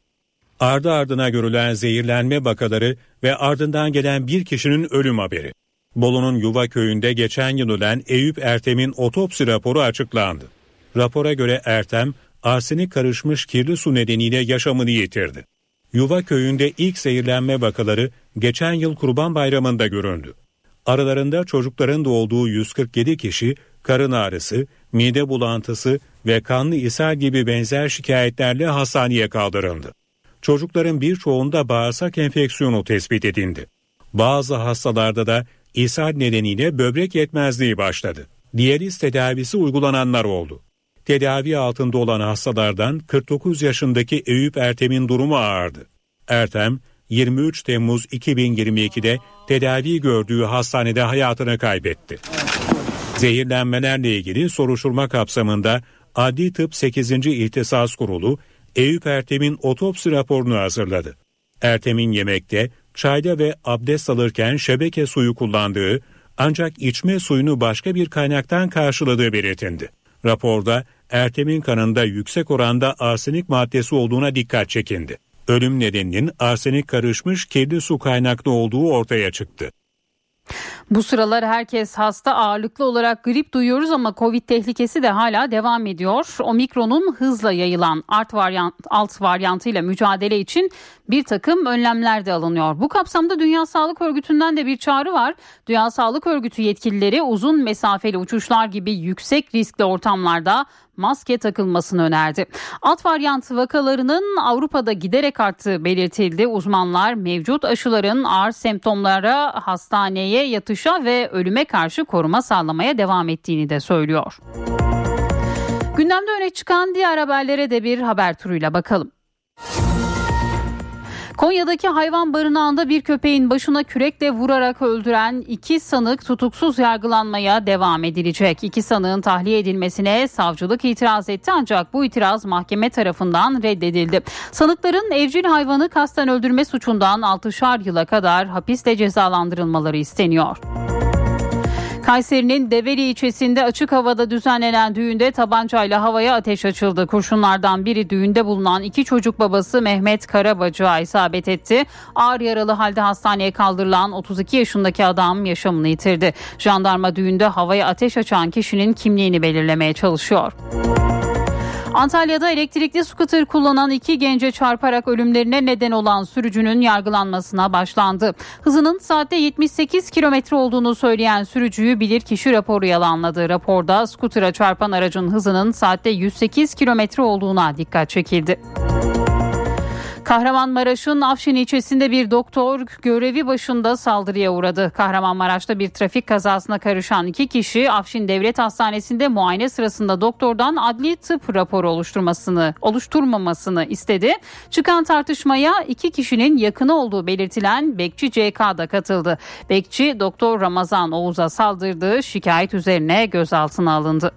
Ardı ardına görülen zehirlenme vakaları ve ardından gelen bir kişinin ölüm haberi. Bolu'nun Yuva köyünde geçen yıl ölen Eyüp Ertem'in otopsi raporu açıklandı. Rapora göre Ertem, arsenik karışmış kirli su nedeniyle yaşamını yitirdi. Yuva köyünde ilk zehirlenme vakaları geçen yıl Kurban Bayramı'nda görüldü. Aralarında çocukların da olduğu 147 kişi karın ağrısı, mide bulantısı ve kanlı ishal gibi benzer şikayetlerle hastaneye kaldırıldı. Çocukların birçoğunda bağırsak enfeksiyonu tespit edildi. Bazı hastalarda da ishal nedeniyle böbrek yetmezliği başladı. Diyaliz tedavisi uygulananlar oldu. Tedavi altında olan hastalardan 49 yaşındaki Eyüp Ertem'in durumu ağırdı. Ertem, 23 Temmuz 2022'de tedavi gördüğü hastanede hayatını kaybetti. Zehirlenmelerle ilgili soruşturma kapsamında Adli Tıp 8. İhtisas Kurulu, Eyüp Ertem'in otopsi raporunu hazırladı. Ertem'in yemekte, çayda ve abdest alırken şebeke suyu kullandığı, ancak içme suyunu başka bir kaynaktan karşıladığı belirtildi. Raporda Ertem'in kanında yüksek oranda arsenik maddesi olduğuna dikkat çekildi. Ölüm nedeninin arsenik karışmış kirli su kaynaklı olduğu ortaya çıktı. Bu sıralar herkes hasta, ağırlıklı olarak grip duyuyoruz ama Covid tehlikesi de hala devam ediyor. Omikron'un hızla yayılan alt varyantıyla mücadele için bir takım önlemler de alınıyor. Bu kapsamda Dünya Sağlık Örgütü'nden de bir çağrı var. Dünya Sağlık Örgütü yetkilileri uzun mesafeli uçuşlar gibi yüksek riskli ortamlarda maske takılmasını önerdi. Alt varyant vakalarının Avrupa'da giderek arttığı belirtildi. Uzmanlar mevcut aşıların ağır semptomlara, hastaneye yatışa ve ölüme karşı koruma sağlamaya devam ettiğini de söylüyor. Gündemde öne çıkan diğer haberlere de bir haber turuyla bakalım. Konya'daki hayvan barınağında bir köpeğin başına kürekle vurarak öldüren 2 sanık tutuksuz yargılanmaya devam edilecek. 2 sanığın tahliye edilmesine savcılık itiraz etti ancak bu itiraz mahkeme tarafından reddedildi. Sanıkların evcil hayvanı kasten öldürme suçundan 6'şar yıla kadar hapisle cezalandırılmaları isteniyor. Kayseri'nin Develi ilçesinde açık havada düzenlenen düğünde tabancayla havaya ateş açıldı. Kurşunlardan biri düğünde bulunan 2 çocuk babası Mehmet Karabacı'ya isabet etti. Ağır yaralı halde hastaneye kaldırılan 32 yaşındaki adam yaşamını yitirdi. Jandarma düğünde havaya ateş açan kişinin kimliğini belirlemeye çalışıyor. Antalya'da elektrikli scooter kullanan 2 gence çarparak ölümlerine neden olan sürücünün yargılanmasına başlandı. Hızının saatte 78 kilometre olduğunu söyleyen sürücüyü bilirkişi raporu yalanladı. Raporda scooter'a çarpan aracın hızının saatte 108 kilometre olduğuna dikkat çekildi. Kahramanmaraş'ın Afşin ilçesinde bir doktor görevi başında saldırıya uğradı. Kahramanmaraş'ta bir trafik kazasına karışan 2 kişi Afşin Devlet Hastanesi'nde muayene sırasında doktordan adli tıp raporu oluşturmamasını istedi. Çıkan tartışmaya 2 kişinin yakını olduğu belirtilen Bekçi CK da katıldı. Bekçi Doktor Ramazan Oğuz'a saldırdığı şikayet üzerine gözaltına alındı.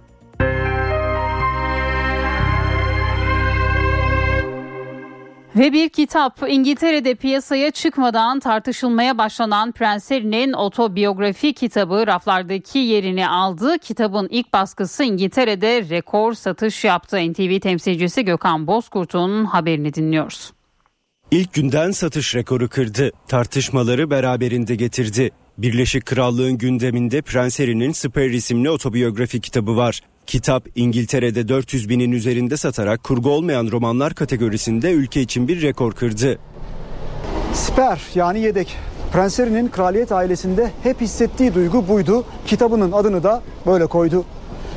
Ve bir kitap, İngiltere'de piyasaya çıkmadan tartışılmaya başlanan Prens Harry'nin otobiyografi kitabı raflardaki yerini aldı. Kitabın ilk baskısı İngiltere'de rekor satış yaptı. NTV temsilcisi Gökhan Bozkurt'un haberini dinliyoruz. İlk günden satış rekoru kırdı. Tartışmaları beraberinde getirdi. Birleşik Krallığın gündeminde Prens Harry'nin Spare isimli otobiyografi kitabı var. Kitap İngiltere'de 400 binin üzerinde satarak kurgu olmayan romanlar kategorisinde ülke için bir rekor kırdı. Spare yani yedek. Prens Harry'nin kraliyet ailesinde hep hissettiği duygu buydu. Kitabının adını da böyle koydu.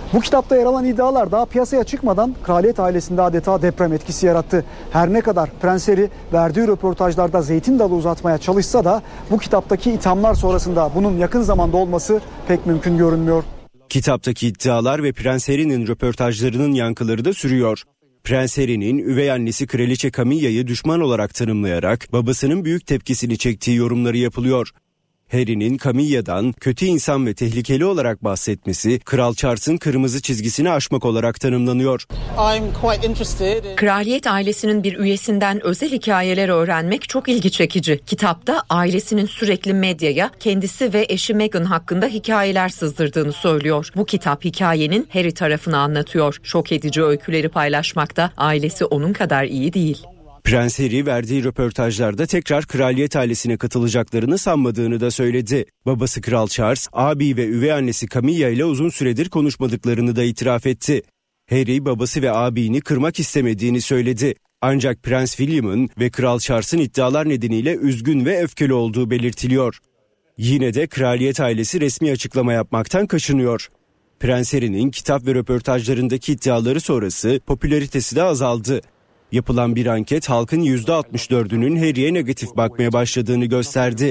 Bu kitapta yer alan iddialar daha piyasaya çıkmadan kraliyet ailesinde adeta deprem etkisi yarattı. Her ne kadar Prens Harry verdiği röportajlarda zeytin dalı uzatmaya çalışsa da bu kitaptaki ithamlar sonrasında bunun yakın zamanda olması pek mümkün görünmüyor. Kitaptaki iddialar ve Prens Harry'nin röportajlarının yankıları da sürüyor. Prens Harry'nin üvey annesi Kraliçe Camilla'yı düşman olarak tanımlayarak babasının büyük tepkisini çektiği yorumları yapılıyor. Harry'nin Camilla'dan kötü insan ve tehlikeli olarak bahsetmesi, Kral Charles'ın kırmızı çizgisini aşmak olarak tanımlanıyor. Kraliyet ailesinin bir üyesinden özel hikayeler öğrenmek çok ilgi çekici. Kitapta ailesinin sürekli medyaya kendisi ve eşi Meghan hakkında hikayeler sızdırdığını söylüyor. Bu kitap hikayenin Harry tarafını anlatıyor. Şok edici öyküleri paylaşmakta ailesi onun kadar iyi değil. Prens Harry verdiği röportajlarda tekrar kraliyet ailesine katılacaklarını sanmadığını da söyledi. Babası Kral Charles, abi ve üvey annesi Camilla ile uzun süredir konuşmadıklarını da itiraf etti. Harry babası ve abini kırmak istemediğini söyledi. Ancak Prens William'ın ve Kral Charles'ın iddialar nedeniyle üzgün ve öfkeli olduğu belirtiliyor. Yine de kraliyet ailesi resmi açıklama yapmaktan kaçınıyor. Prens Harry'nin kitap ve röportajlarındaki iddiaları sonrası popülaritesi de azaldı. Yapılan bir anket halkın %64'ünün Harry'e negatif bakmaya başladığını gösterdi.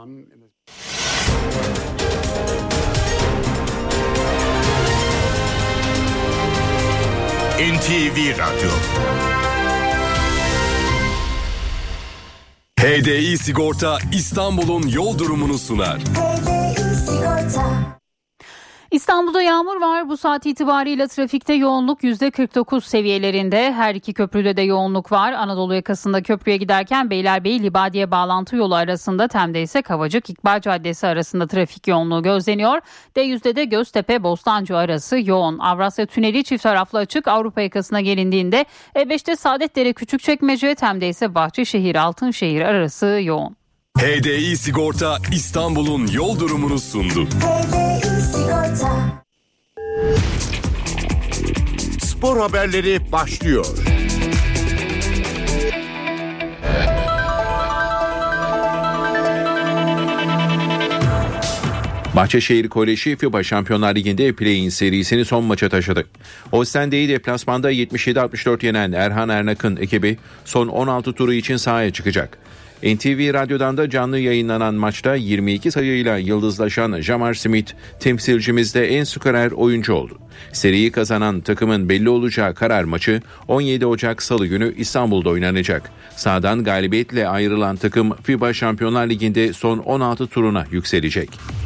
NTV Radyo. HDI Sigorta İstanbul'un yol durumunu sunar. İstanbul'da yağmur var. Bu saat itibariyle trafikte yoğunluk %49 seviyelerinde. Her iki köprüde de yoğunluk var. Anadolu yakasında köprüye giderken Beylerbeyi-Libadiye bağlantı yolu arasında, Tem'de ise Kavacık-İkbal Caddesi arasında trafik yoğunluğu gözleniyor. D100'de de Göztepe-Bostancı arası yoğun. Avrasya Tüneli çift taraflı açık. Avrupa yakasına gelindiğinde E5'te Saadetdere-Küçükçekmece, Tem'de ise Bahçeşehir-Altınşehir arası yoğun. HDI Sigorta İstanbul'un yol durumunu sundu. Spor haberleri başlıyor. Bahçeşehir Koleji FIBA Şampiyonlar Ligi'nde play-in serisini son maça taşıdı. Ostende'yi deplasmanda 77-64 yenen Erhan Ernak'ın ekibi son 16 turu için sahaya çıkacak. NTV Radyo'dan da canlı yayınlanan maçta 22 sayıyla yıldızlaşan Jamar Smith temsilcimizde en skorer oyuncu oldu. Seriyi kazanan takımın belli olacağı karar maçı 17 Ocak Salı günü İstanbul'da oynanacak. Sahadan galibiyetle ayrılan takım FIBA Şampiyonlar Ligi'nde son 16 turuna yükselecek.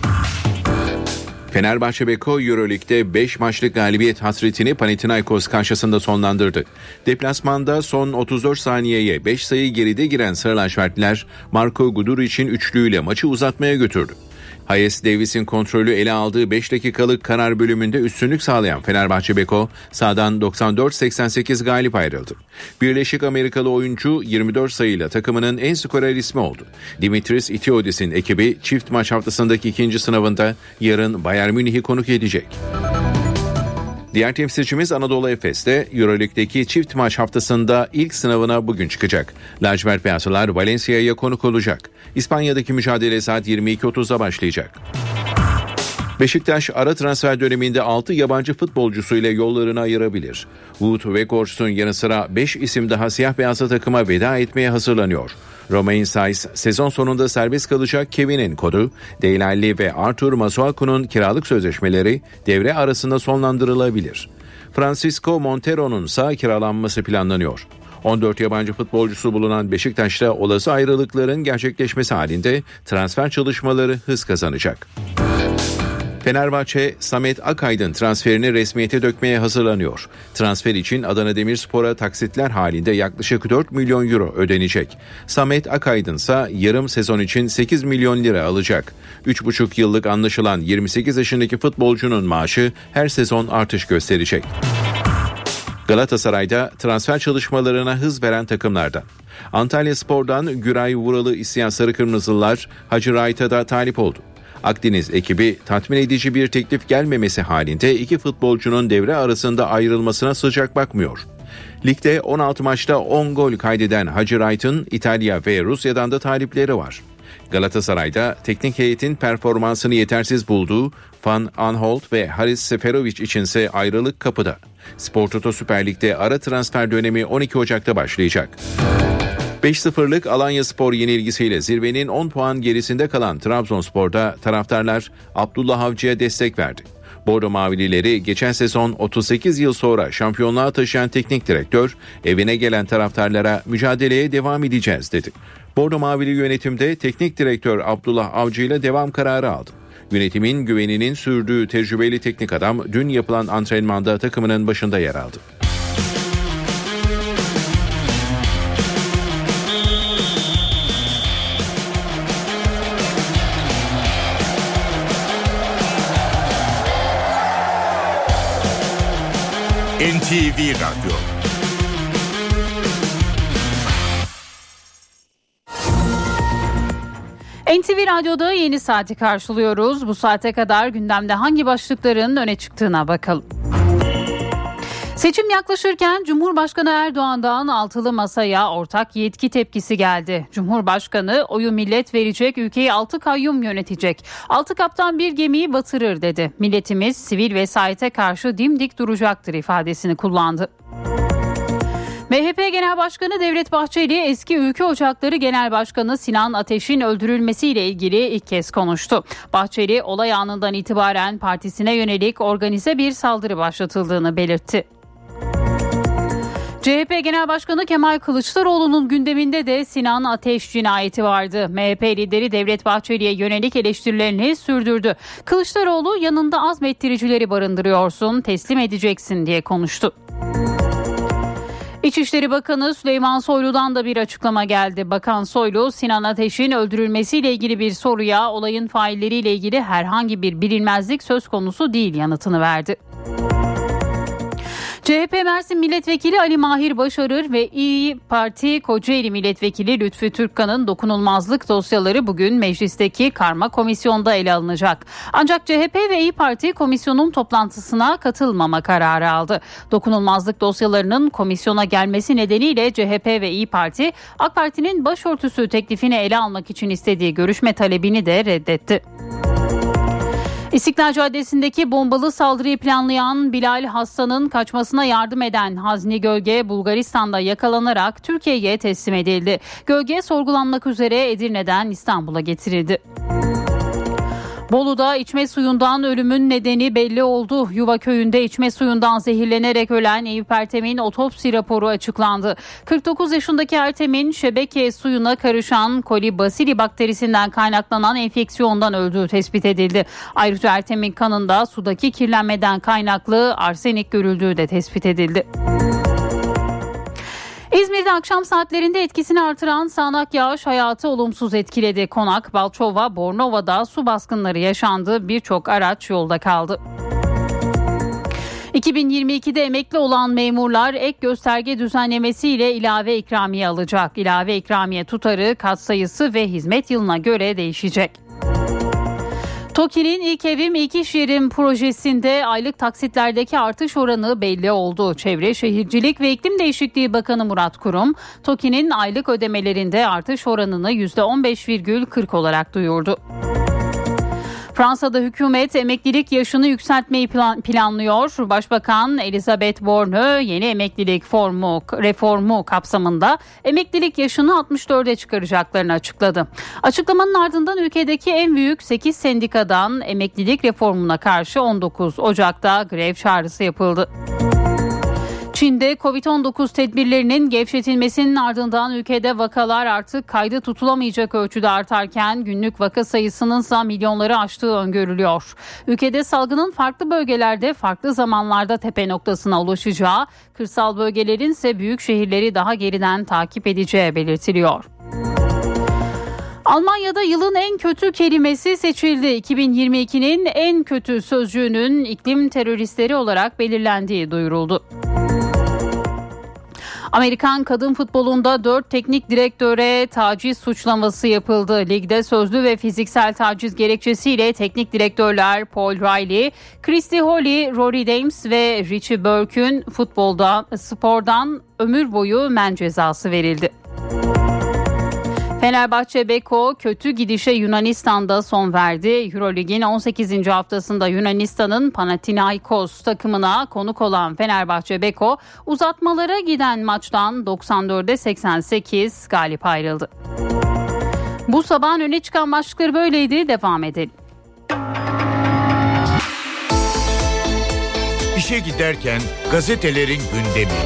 Fenerbahçe Beko Euroleague'de 5 maçlık galibiyet hasretini Panathinaikos karşısında sonlandırdı. Deplasmanda son 34 saniyeye 5 sayı geride giren Sarı lacivertliler Marko Guduric'in üçlüğüyle maçı uzatmaya götürdü. Hayes Davis'in kontrolü ele aldığı 5 dakikalık karar bölümünde üstünlük sağlayan Fenerbahçe Beko sahadan 94-88 galip ayrıldı. Birleşik Amerikalı oyuncu 24 sayıyla takımının en skorer ismi oldu. Dimitris Itiodis'in ekibi çift maç haftasındaki ikinci sınavında yarın Bayern Münih'i konuk edecek. Diğer temsilcimiz Anadolu Efes'te Euroleague'deki çift maç haftasında ilk sınavına bugün çıkacak. Lacivert Beyazlılar Valencia'ya konuk olacak. İspanya'daki mücadele saat 22.30'da başlayacak. Beşiktaş ara transfer döneminde 6 yabancı futbolcusuyla yollarını ayırabilir. Wood ve Weghorst'un yanı sıra 5 isim daha siyah beyazlı takıma veda etmeye hazırlanıyor. Romain Saiz sezon sonunda serbest kalacak. Kevin'in kodu, Deylali ve Artur Masuaku'nun kiralık sözleşmeleri devre arasında sonlandırılabilir. Francisco Montero'nun ise kiralanması planlanıyor. 14 yabancı futbolcusu bulunan Beşiktaş'ta olası ayrılıkların gerçekleşmesi halinde transfer çalışmaları hız kazanacak. Fenerbahçe, Samet Akaydın transferini resmiyete dökmeye hazırlanıyor. Transfer için Adana Demirspor'a taksitler halinde yaklaşık 4 milyon euro ödenecek. Samet Akaydın ise yarım sezon için 8 milyon lira alacak. 3,5 yıllık anlaşılan 28 yaşındaki futbolcunun maaşı her sezon artış gösterecek. Galatasaray'da transfer çalışmalarına hız veren takımlardan. Antalyaspor'dan Güray Vural'ı isteyen Sarı Kırmızılılar Hacı Wright'a da talip oldu. Akdeniz ekibi tatmin edici bir teklif gelmemesi halinde iki futbolcunun devre arasında ayrılmasına sıcak bakmıyor. Ligde 16 maçta 10 gol kaydeden Hacı Wright'ın İtalya ve Rusya'dan da talipleri var. Galatasaray'da teknik heyetin performansını yetersiz bulduğu Van Aanholt ve Haris Seferovic içinse ayrılık kapıda. Spor Toto Süper Lig'de ara transfer dönemi 12 Ocak'ta başlayacak. 5-0'lık Alanyaspor yenilgisiyle zirvenin 10 puan gerisinde kalan Trabzonspor'da taraftarlar Abdullah Avcı'ya destek verdi. Bordo Mavilileri geçen sezon 38 yıl sonra şampiyonluğa taşıyan teknik direktör evine gelen taraftarlara mücadeleye devam edeceğiz dedi. Bordo Mavili yönetimde teknik direktör Abdullah Avcı ile devam kararı aldı. Yönetimin güveninin sürdüğü tecrübeli teknik adam dün yapılan antrenmanda takımının başında yer aldı. NTV Radyo. NTV Radyo'da yeni saati karşılıyoruz. Bu saate kadar gündemde hangi başlıkların öne çıktığına bakalım. Seçim yaklaşırken Cumhurbaşkanı Erdoğan'dan altılı masaya ortak yetki tepkisi geldi. Cumhurbaşkanı oyu millet verecek, ülkeyi 6 kayyum yönetecek. 6 kaptan bir gemiyi batırır dedi. Milletimiz sivil vesayete karşı dimdik duracaktır ifadesini kullandı. MHP Genel Başkanı Devlet Bahçeli eski Ülke Ocakları Genel Başkanı Sinan Ateş'in öldürülmesiyle ilgili ilk kez konuştu. Bahçeli olay anından itibaren partisine yönelik organize bir saldırı başlatıldığını belirtti. CHP Genel Başkanı Kemal Kılıçdaroğlu'nun gündeminde de Sinan Ateş cinayeti vardı. MHP lideri Devlet Bahçeli'ye yönelik eleştirilerini sürdürdü. Kılıçdaroğlu yanında azmettiricileri barındırıyorsun, teslim edeceksin diye konuştu. İçişleri Bakanı Süleyman Soylu'dan da bir açıklama geldi. Bakan Soylu, Sinan Ateş'in öldürülmesiyle ilgili bir soruya olayın failleriyle ilgili herhangi bir bilinmezlik söz konusu değil yanıtını verdi. CHP Mersin Milletvekili Ali Mahir Başarır ve İYİ Parti Kocaeli Milletvekili Lütfü Türkkan'ın dokunulmazlık dosyaları bugün meclisteki karma komisyonda ele alınacak. Ancak CHP ve İYİ Parti komisyonun toplantısına katılmama kararı aldı. Dokunulmazlık dosyalarının komisyona gelmesi nedeniyle CHP ve İYİ Parti, AK Parti'nin başörtüsü teklifini ele almak için istediği görüşme talebini de reddetti. İstiklal Caddesi'ndeki bombalı saldırıyı planlayan Bilal Hassan'ın kaçmasına yardım eden Hazni Gölge Bulgaristan'da yakalanarak Türkiye'ye teslim edildi. Gölge sorgulanmak üzere Edirne'den İstanbul'a getirildi. Bolu'da içme suyundan ölümün nedeni belli oldu. Yuva köyünde içme suyundan zehirlenerek ölen Eyüp Ertem'in otopsi raporu açıklandı. 49 yaşındaki Ertem'in şebeke suyuna karışan kolibasili bakterisinden kaynaklanan enfeksiyondan öldüğü tespit edildi. Ayrıca Ertem'in kanında sudaki kirlenmeden kaynaklı arsenik görüldüğü de tespit edildi. İzmir'de akşam saatlerinde etkisini artıran sağanak yağış hayatı olumsuz etkiledi. Konak, Balçova, Bornova'da su baskınları yaşandı. Birçok araç yolda kaldı. 2022'de emekli olan memurlar ek gösterge düzenlemesiyle ilave ikramiye alacak. İlave ikramiye tutarı, katsayısı ve hizmet yılına göre değişecek. TOKİ'nin İlk Evim İlk İş Yerim projesinde aylık taksitlerdeki artış oranı belli oldu. Çevre, Şehircilik ve İklim Değişikliği Bakanı Murat Kurum, TOKİ'nin aylık ödemelerinde artış oranını %15,40 olarak duyurdu. Fransa'da hükümet emeklilik yaşını yükseltmeyi planlıyor. Başbakan Elisabeth Borne yeni emeklilik reformu kapsamında emeklilik yaşını 64'e çıkaracaklarını açıkladı. Açıklamanın ardından ülkedeki en büyük 8 sendikadan emeklilik reformuna karşı 19 Ocak'ta grev çağrısı yapıldı. Çin'de Covid-19 tedbirlerinin gevşetilmesinin ardından ülkede vakalar artık kaydı tutulamayacak ölçüde artarken günlük vaka sayısının ise milyonları aştığı öngörülüyor. Ülkede salgının farklı bölgelerde farklı zamanlarda tepe noktasına ulaşacağı, kırsal bölgelerin ise büyük şehirleri daha geriden takip edeceği belirtiliyor. Almanya'da yılın en kötü kelimesi seçildi. 2022'nin en kötü sözcüğünün iklim teröristleri olarak belirlendiği duyuruldu. Amerikan kadın futbolunda 4 teknik direktöre taciz suçlaması yapıldı. Ligde sözlü ve fiziksel taciz gerekçesiyle teknik direktörler Paul Riley, Christy Holly, Rory Dames ve Richie Burke'ün spordan ömür boyu men cezası verildi. Fenerbahçe Beko kötü gidişe Yunanistan'da son verdi. Eurolig'in 18. haftasında Yunanistan'ın Panathinaikos takımına konuk olan Fenerbahçe Beko uzatmalara giden maçtan 94'e 88 galip ayrıldı. Bu sabahın öne çıkan başlıkları böyleydi. Devam edelim. İşe giderken gazetelerin gündemi.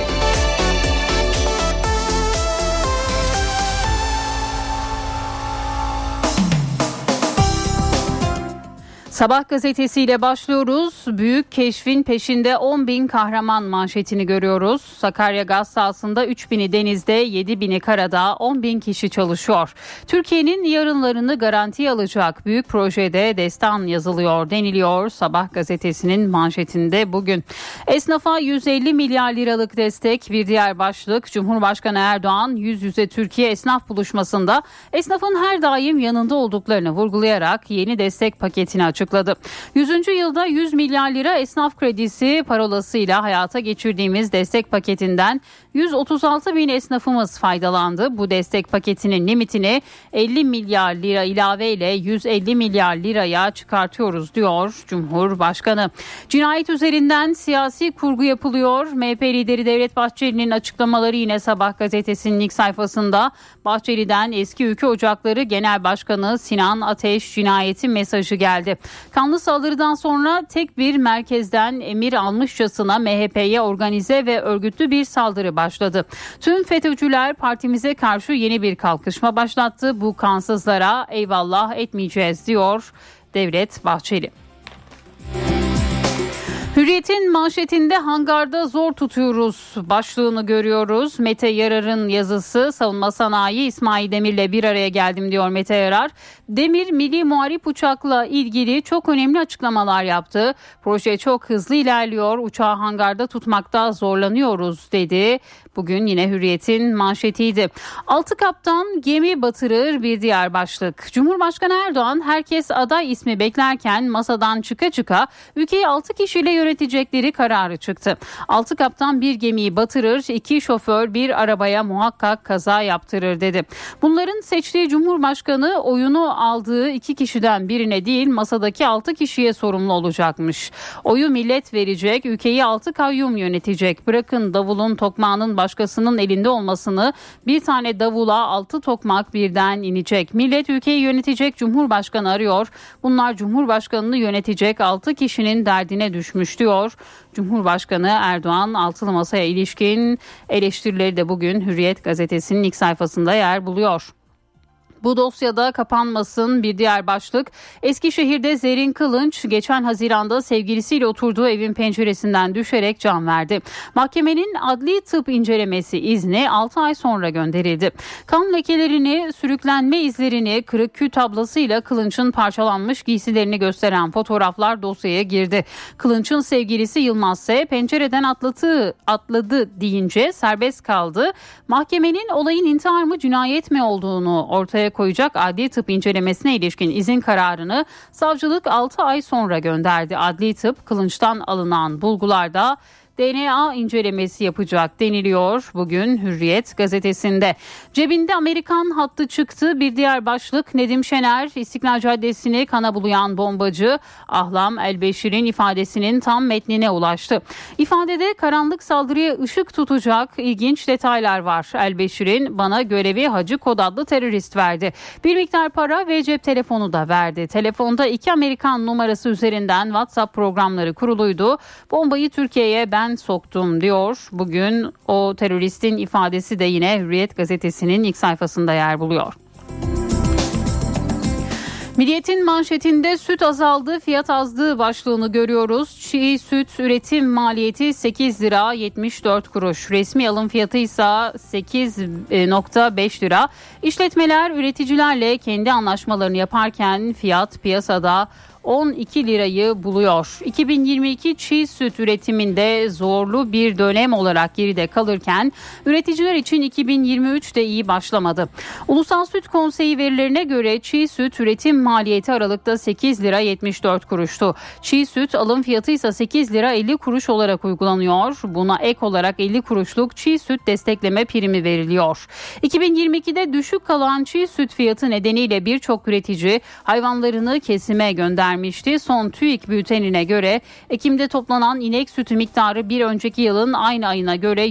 Sabah gazetesiyle başlıyoruz. Büyük keşfin peşinde 10.000 kahraman manşetini görüyoruz. Sakarya gaz sahasında 3.000'i denizde, 7.000'i karada, 10.000 kişi çalışıyor. Türkiye'nin yarınlarını garantiye alacak büyük projede destan yazılıyor deniliyor. Sabah gazetesinin manşetinde bugün. Esnafa 150 milyar liralık destek bir diğer başlık. Cumhurbaşkanı Erdoğan yüz yüze Türkiye esnaf buluşmasında esnafın her daim yanında olduklarını vurgulayarak yeni destek paketini açıkladı. 100. yılda 100 milyar lira esnaf kredisi parolasıyla hayata geçirdiğimiz destek paketinden 136 bin esnafımız faydalandı. Bu destek paketinin limitini 50 milyar lira ilaveyle 150 milyar liraya çıkartıyoruz diyor Cumhurbaşkanı. Cinayet üzerinden siyasi kurgu yapılıyor. MHP lideri Devlet Bahçeli'nin açıklamaları yine Sabah gazetesinin ilk sayfasında. Bahçeli'den eski Ülke Ocakları Genel Başkanı Sinan Ateş cinayeti mesajı geldi. Kanlı saldırıdan sonra tek bir merkezden emir almışçasına MHP'ye organize ve örgütlü bir saldırı başladı. Tüm FETÖ'cüler partimize karşı yeni bir kalkışma başlattı. Bu kansızlara eyvallah etmeyeceğiz diyor Devlet Bahçeli. Hürriyet'in manşetinde hangarda zor tutuyoruz başlığını görüyoruz. Mete Yarar'ın yazısı. Savunma sanayi İsmail Demir'le bir araya geldim diyor Mete Yarar. Demir milli muharip uçakla ilgili çok önemli açıklamalar yaptı. Proje çok hızlı ilerliyor. Uçağı hangarda tutmakta zorlanıyoruz dedi. Bugün yine Hürriyet'in manşetiydi. 6 kaptan gemi batırır bir diğer başlık. Cumhurbaşkanı Erdoğan herkes aday ismi beklerken masadan çıka çıka ülkeyi 6 kişiyle yönetecekleri kararı çıktı. 6 kaptan bir gemiyi batırır, 2 şoför bir arabaya muhakkak kaza yaptırır dedi. Bunların seçtiği Cumhurbaşkanı oyunu aldığı 2 kişiden birine değil masadaki 6 kişiye sorumlu olacakmış. Oyu millet verecek, ülkeyi 6 kayyum yönetecek. Bırakın davulun tokmağının başkasının elinde olmasını, bir tane davula 6 tokmak birden inecek. Millet ülkeyi yönetecek Cumhurbaşkanı arıyor. Bunlar Cumhurbaşkanını yönetecek 6 kişinin derdine düşmüş diyor. Cumhurbaşkanı Erdoğan altılı masaya ilişkin eleştirileri de bugün Hürriyet gazetesinin ilk sayfasında yer buluyor. Bu dosyada kapanmasın bir diğer başlık. Eskişehir'de Zerrin Kılınç geçen Haziran'da sevgilisiyle oturduğu evin penceresinden düşerek can verdi. Mahkemenin adli tıp incelemesi izni 6 ay sonra gönderildi. Kan lekelerini, sürüklenme izlerini, kırık kül tablasıyla Kılınç'ın parçalanmış giysilerini gösteren fotoğraflar dosyaya girdi. Kılınç'ın sevgilisi Yılmaz ise pencereden atladı deyince serbest kaldı. Mahkemenin olayın intihar mı cinayet mi olduğunu ortaya koyacak adli tıp incelemesine ilişkin izin kararını savcılık 6 ay sonra gönderdi. Adli tıp Kılınç'tan alınan bulgularda DNA incelemesi yapacak deniliyor bugün Hürriyet gazetesinde. Cebinde Amerikan hattı çıktı. Bir diğer başlık Nedim Şener İstiklal Caddesi'ni kana bulayan bombacı Ahlam Elbeşir'in ifadesinin tam metnine ulaştı. İfadede karanlık saldırıya ışık tutacak ilginç detaylar var. Elbeşir'in bana görevi Hacı Kod adlı terörist verdi. Bir miktar para ve cep telefonu da verdi. Telefonda 2 Amerikan numarası üzerinden WhatsApp programları kuruluydu. Bombayı Türkiye'ye ben soktum diyor. Bugün o teröristin ifadesi de yine Hürriyet gazetesinin ilk sayfasında yer buluyor. Milliyet'in manşetinde süt azaldı, fiyat azdı başlığını görüyoruz. Çiğ süt üretim maliyeti 8 lira 74 kuruş. Resmi alım fiyatı ise 8,5 lira. İşletmeler üreticilerle kendi anlaşmalarını yaparken fiyat piyasada 12 lirayı buluyor. 2022 çiğ süt üretiminde zorlu bir dönem olarak geride kalırken üreticiler için 2023 de iyi başlamadı. Ulusal Süt Konseyi verilerine göre çiğ süt üretim maliyeti Aralık'ta 8 lira 74 kuruştu. Çiğ süt alım fiyatı ise 8 lira 50 kuruş olarak uygulanıyor. Buna ek olarak 50 kuruşluk çiğ süt destekleme primi veriliyor. 2022'de düşük kalan çiğ süt fiyatı nedeniyle birçok üretici hayvanlarını kesime göndermişti. Son TÜİK bültenine göre Ekim'de toplanan inek sütü miktarı bir önceki yılın aynı ayına göre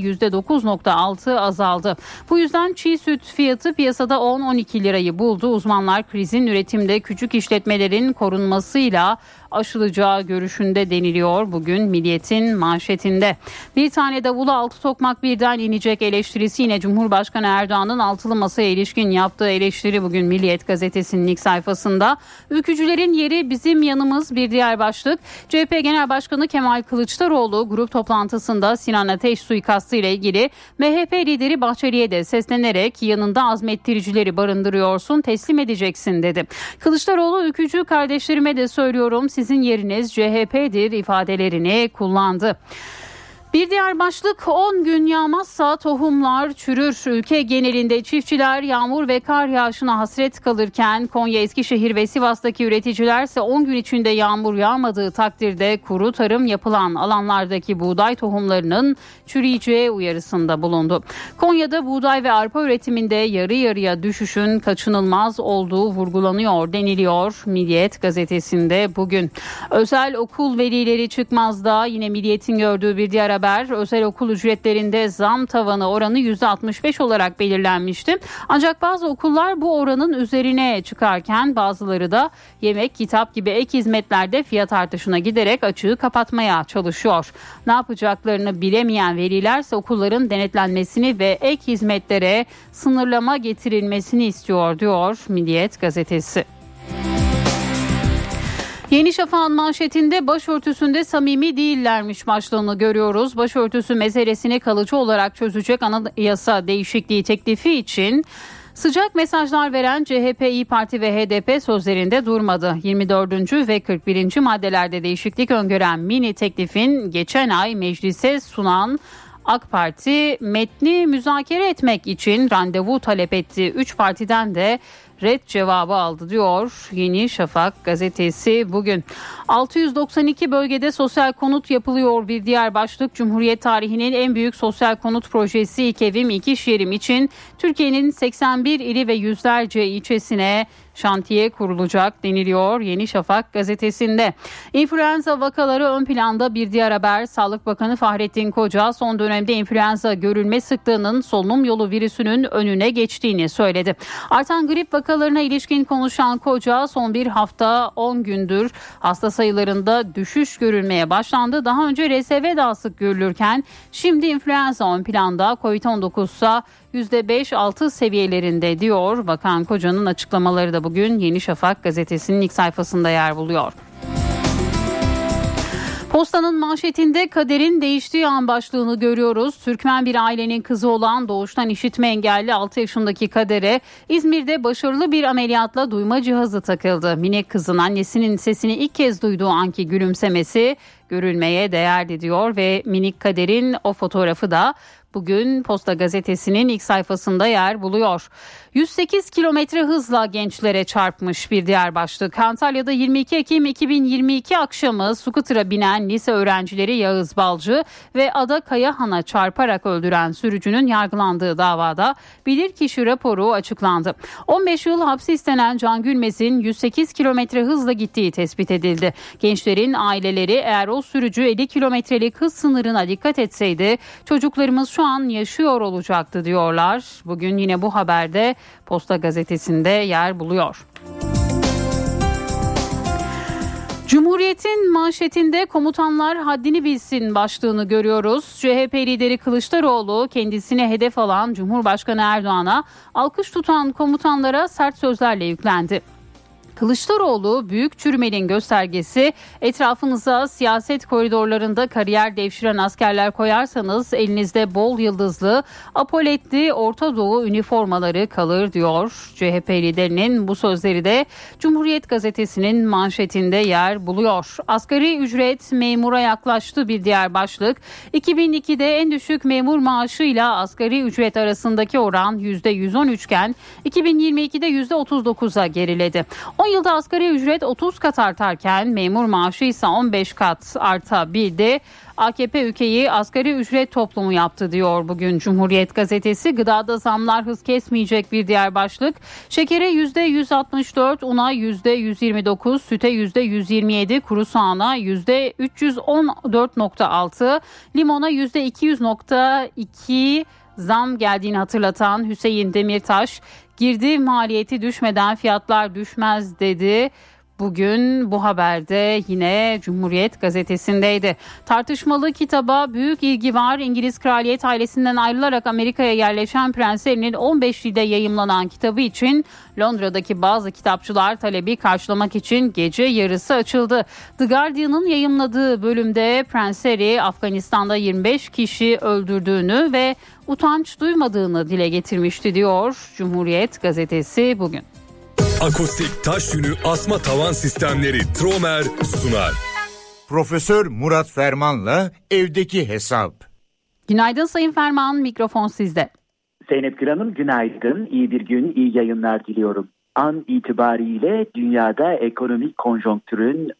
%9.6 azaldı. Bu yüzden çiğ süt fiyatı piyasada 10-12 lirayı buldu. Uzmanlar krizin üretimde küçük işletmelerin korunmasıyla aşılacağı görüşünde deniliyor bugün Milliyet'in manşetinde. Bir tane davula 6 tokmak birden inecek eleştirisi yine Cumhurbaşkanı Erdoğan'ın altılı masaya ilişkin yaptığı eleştiri bugün Milliyet gazetesinin ilk sayfasında. Ülkücülerin yeri bizim yanımız bir diğer başlık. CHP Genel Başkanı Kemal Kılıçdaroğlu grup toplantısında Sinan Ateş suikastı ile ilgili MHP lideri Bahçeli'ye de seslenerek yanında azmettiricileri barındırıyorsun, teslim edeceksin dedi. Kılıçdaroğlu ülkücü kardeşlerime de söylüyorum, sizin yeriniz CHP'dir ifadelerini kullandı. Bir diğer başlık 10 gün yağmazsa tohumlar çürür. Ülke genelinde çiftçiler yağmur ve kar yağışına hasret kalırken Konya, Eskişehir ve Sivas'taki üreticiler ise 10 gün içinde yağmur yağmadığı takdirde kuru tarım yapılan alanlardaki buğday tohumlarının çürüyeceği uyarısında bulundu. Konya'da buğday ve arpa üretiminde yarı yarıya düşüşün kaçınılmaz olduğu vurgulanıyor deniliyor Milliyet gazetesinde bugün. Özel okul velileri çıkmazda yine Milliyet'in gördüğü bir diğer haber, özel okul ücretlerinde zam tavanı oranı %65 olarak belirlenmişti. Ancak bazı okullar bu oranın üzerine çıkarken bazıları da yemek, kitap gibi ek hizmetlerde fiyat artışına giderek açığı kapatmaya çalışıyor. Ne yapacaklarını bilemeyen velilerse okulların denetlenmesini ve ek hizmetlere sınırlama getirilmesini istiyor diyor Milliyet gazetesi. Yeni Şafak'ın manşetinde başörtüsünde samimi değillermiş başlığını görüyoruz. Başörtüsü meselesini kalıcı olarak çözecek anayasa değişikliği teklifi için sıcak mesajlar veren CHP, İYİ Parti ve HDP sözlerinde durmadı. 24. ve 41. maddelerde değişiklik öngören mini teklifin geçen ay meclise sunan AK Parti metni müzakere etmek için randevu talep etti. 3 partiden de red cevabı aldı diyor Yeni Şafak gazetesi bugün. 692 bölgede sosyal konut yapılıyor bir diğer başlık. Cumhuriyet tarihinin en büyük sosyal konut projesi İlk Evim İlk İş Yerim için Türkiye'nin 81 ili ve yüzlerce ilçesine şantiye kurulacak deniliyor Yeni Şafak gazetesinde. İnfluenza vakaları ön planda bir diğer haber. Sağlık Bakanı Fahrettin Koca son dönemde influenza görülme sıklığının solunum yolu virüsünün önüne geçtiğini söyledi. Artan grip vakalarına ilişkin konuşan Koca son bir hafta 10 gündür hasta sayılarında düşüş görülmeye başlandı. Daha önce RSV daha sık görülürken şimdi influenza ön planda, Covid-19 ise %5-6 seviyelerinde diyor. Bakan Koca'nın açıklamaları da bugün Yeni Şafak gazetesinin ilk sayfasında yer buluyor. Postanın manşetinde kaderin değiştiği an başlığını görüyoruz. Türkmen bir ailenin kızı olan doğuştan işitme engelli 6 yaşındaki Kader'e İzmir'de başarılı bir ameliyatla duyma cihazı takıldı. Minik kızın annesinin sesini ilk kez duyduğu anki gülümsemesi görülmeye değerdi diyor ve minik Kader'in o fotoğrafı da bugün Posta Gazetesi'nin ilk sayfasında yer buluyor. 108 kilometre hızla gençlere çarpmış bir diğer başlık. Antalya'da 22 Ekim 2022 akşamı scooter'a binen lise öğrencileri Yağız Balcı ve Ada Kayahan'a çarparak öldüren sürücünün yargılandığı davada bilirkişi raporu açıklandı. 15 yıl hapsi istenen Can Gülmez'in 108 kilometre hızla gittiği tespit edildi. Gençlerin aileleri eğer o sürücü 50 kilometrelik hız sınırına dikkat etseydi çocuklarımız şu an yaşıyor olacaktı diyorlar. Bugün yine bu haberde Posta Gazetesi'nde yer buluyor. Cumhuriyet'in manşetinde komutanlar haddini bilsin başlığını görüyoruz. CHP lideri Kılıçdaroğlu kendisine hedef alan Cumhurbaşkanı Erdoğan'a alkış tutan komutanlara sert sözlerle yüklendi. Kılıçdaroğlu büyük çürümenin göstergesi, etrafınıza siyaset koridorlarında kariyer devşiren askerler koyarsanız elinizde bol yıldızlı, apoletli Orta Doğu üniformaları kalır diyor. CHP liderinin bu sözleri de Cumhuriyet Gazetesi'nin manşetinde yer buluyor. Asgari ücret memura yaklaştı bir diğer başlık. 2002'de en düşük memur maaşıyla asgari ücret arasındaki oran %113 iken 2022'de %39'a geriledi. 10 yılda asgari ücret 30 kat artarken memur maaşı ise 15 kat artabildi. AKP ülkeyi asgari ücret toplumu yaptı diyor bugün Cumhuriyet Gazetesi. Gıdada zamlar hız kesmeyecek bir diğer başlık. Şekere %164, una %129, süte %127, kuru soğana %314.6, limona %200.2 zam geldiğini hatırlatan Hüseyin Demirtaş, girdi maliyeti düşmeden fiyatlar düşmez dedi. Bugün bu haberde yine Cumhuriyet Gazetesi'ndeydi. Tartışmalı kitaba büyük ilgi var. İngiliz kraliyet ailesinden ayrılarak Amerika'ya yerleşen Prens Harry'nin 15 dilde yayımlanan kitabı için Londra'daki bazı kitapçılar talebi karşılamak için gece yarısı açıldı. The Guardian'ın yayımladığı bölümde Prens Harry Afganistan'da 25 kişi öldürdüğünü ve utanç duymadığını dile getirmişti diyor Cumhuriyet Gazetesi bugün. Akustik taş yünü asma tavan sistemleri Tromer sunar. Profesör Murat Ferman'la evdeki hesap. Günaydın Sayın Ferman, mikrofon sizde. Zeynep Gül Hanım günaydın, iyi bir gün, iyi yayınlar diliyorum. An itibariyle dünyada ekonomik konjonktürün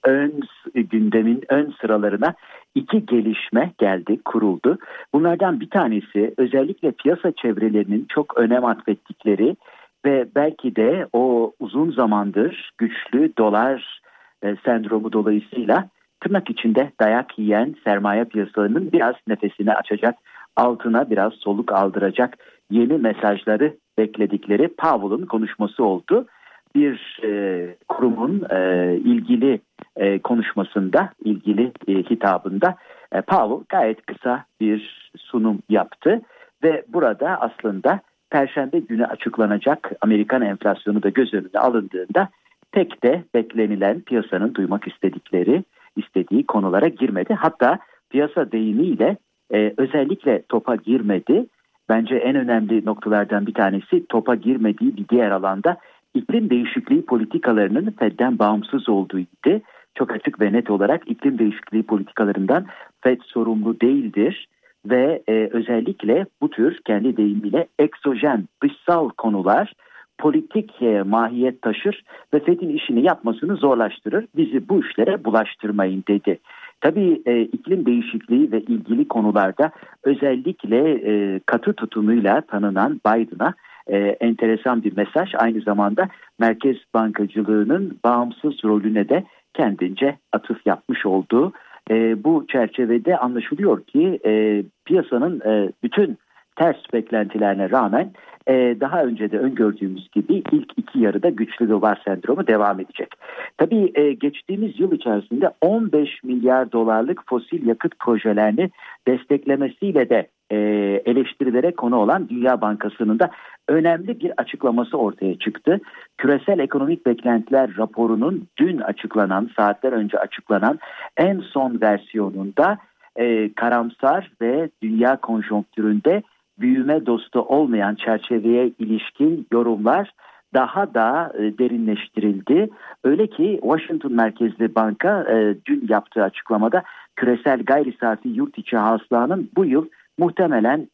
gündemin ön sıralarına iki gelişme geldi, kuruldu. Bunlardan bir tanesi özellikle piyasa çevrelerinin çok önem atfettikleri ve belki de o uzun zamandır güçlü dolar sendromu dolayısıyla tırnak içinde dayak yiyen sermaye piyasalarının biraz nefesini açacak, altına biraz soluk aldıracak yeni mesajları bekledikleri Powell'ın konuşması oldu. Bir kurumun ilgili konuşmasında, ilgili hitabında Powell gayet kısa bir sunum yaptı ve burada aslında Perşembe günü açıklanacak Amerikan enflasyonu da göz önüne alındığında pek de beklenilen piyasanın duymak istediği konulara girmedi. Hatta piyasa deyimiyle özellikle topa girmedi. Bence en önemli noktalardan bir tanesi topa girmediği bir diğer alanda iklim değişikliği politikalarının Fed'den bağımsız olduğuydu. Çok açık ve net olarak iklim değişikliği politikalarından Fed sorumlu değildir. Ve özellikle bu tür kendi deyimiyle egzojen, dışsal konular politik mahiyet taşır ve Fed'in işini yapmasını zorlaştırır. Bizi bu işlere bulaştırmayın dedi. Tabii iklim değişikliği ve ilgili konularda özellikle katı tutumuyla tanınan Biden'a enteresan bir mesaj. Aynı zamanda merkez bankacılığının bağımsız rolüne de kendince atıf yapmış olduğu. Bu çerçevede anlaşılıyor ki piyasanın bütün ters beklentilerine rağmen daha önce de öngördüğümüz gibi ilk iki yarıda güçlü dolar sendromu devam edecek. Tabii geçtiğimiz yıl içerisinde 15 milyar dolarlık fosil yakıt projelerini desteklemesiyle de eleştirilere konu olan Dünya Bankası'nın da önemli bir açıklaması ortaya çıktı. Küresel Ekonomik Beklentiler raporunun dün açıklanan, saatler önce açıklanan en son versiyonunda karamsar ve dünya konjonktüründe büyüme dostu olmayan çerçeveye ilişkin yorumlar daha da derinleştirildi. Öyle ki Washington merkezli banka dün yaptığı açıklamada küresel gayri safi yurt içi hasılanın bu yıl muhtemelen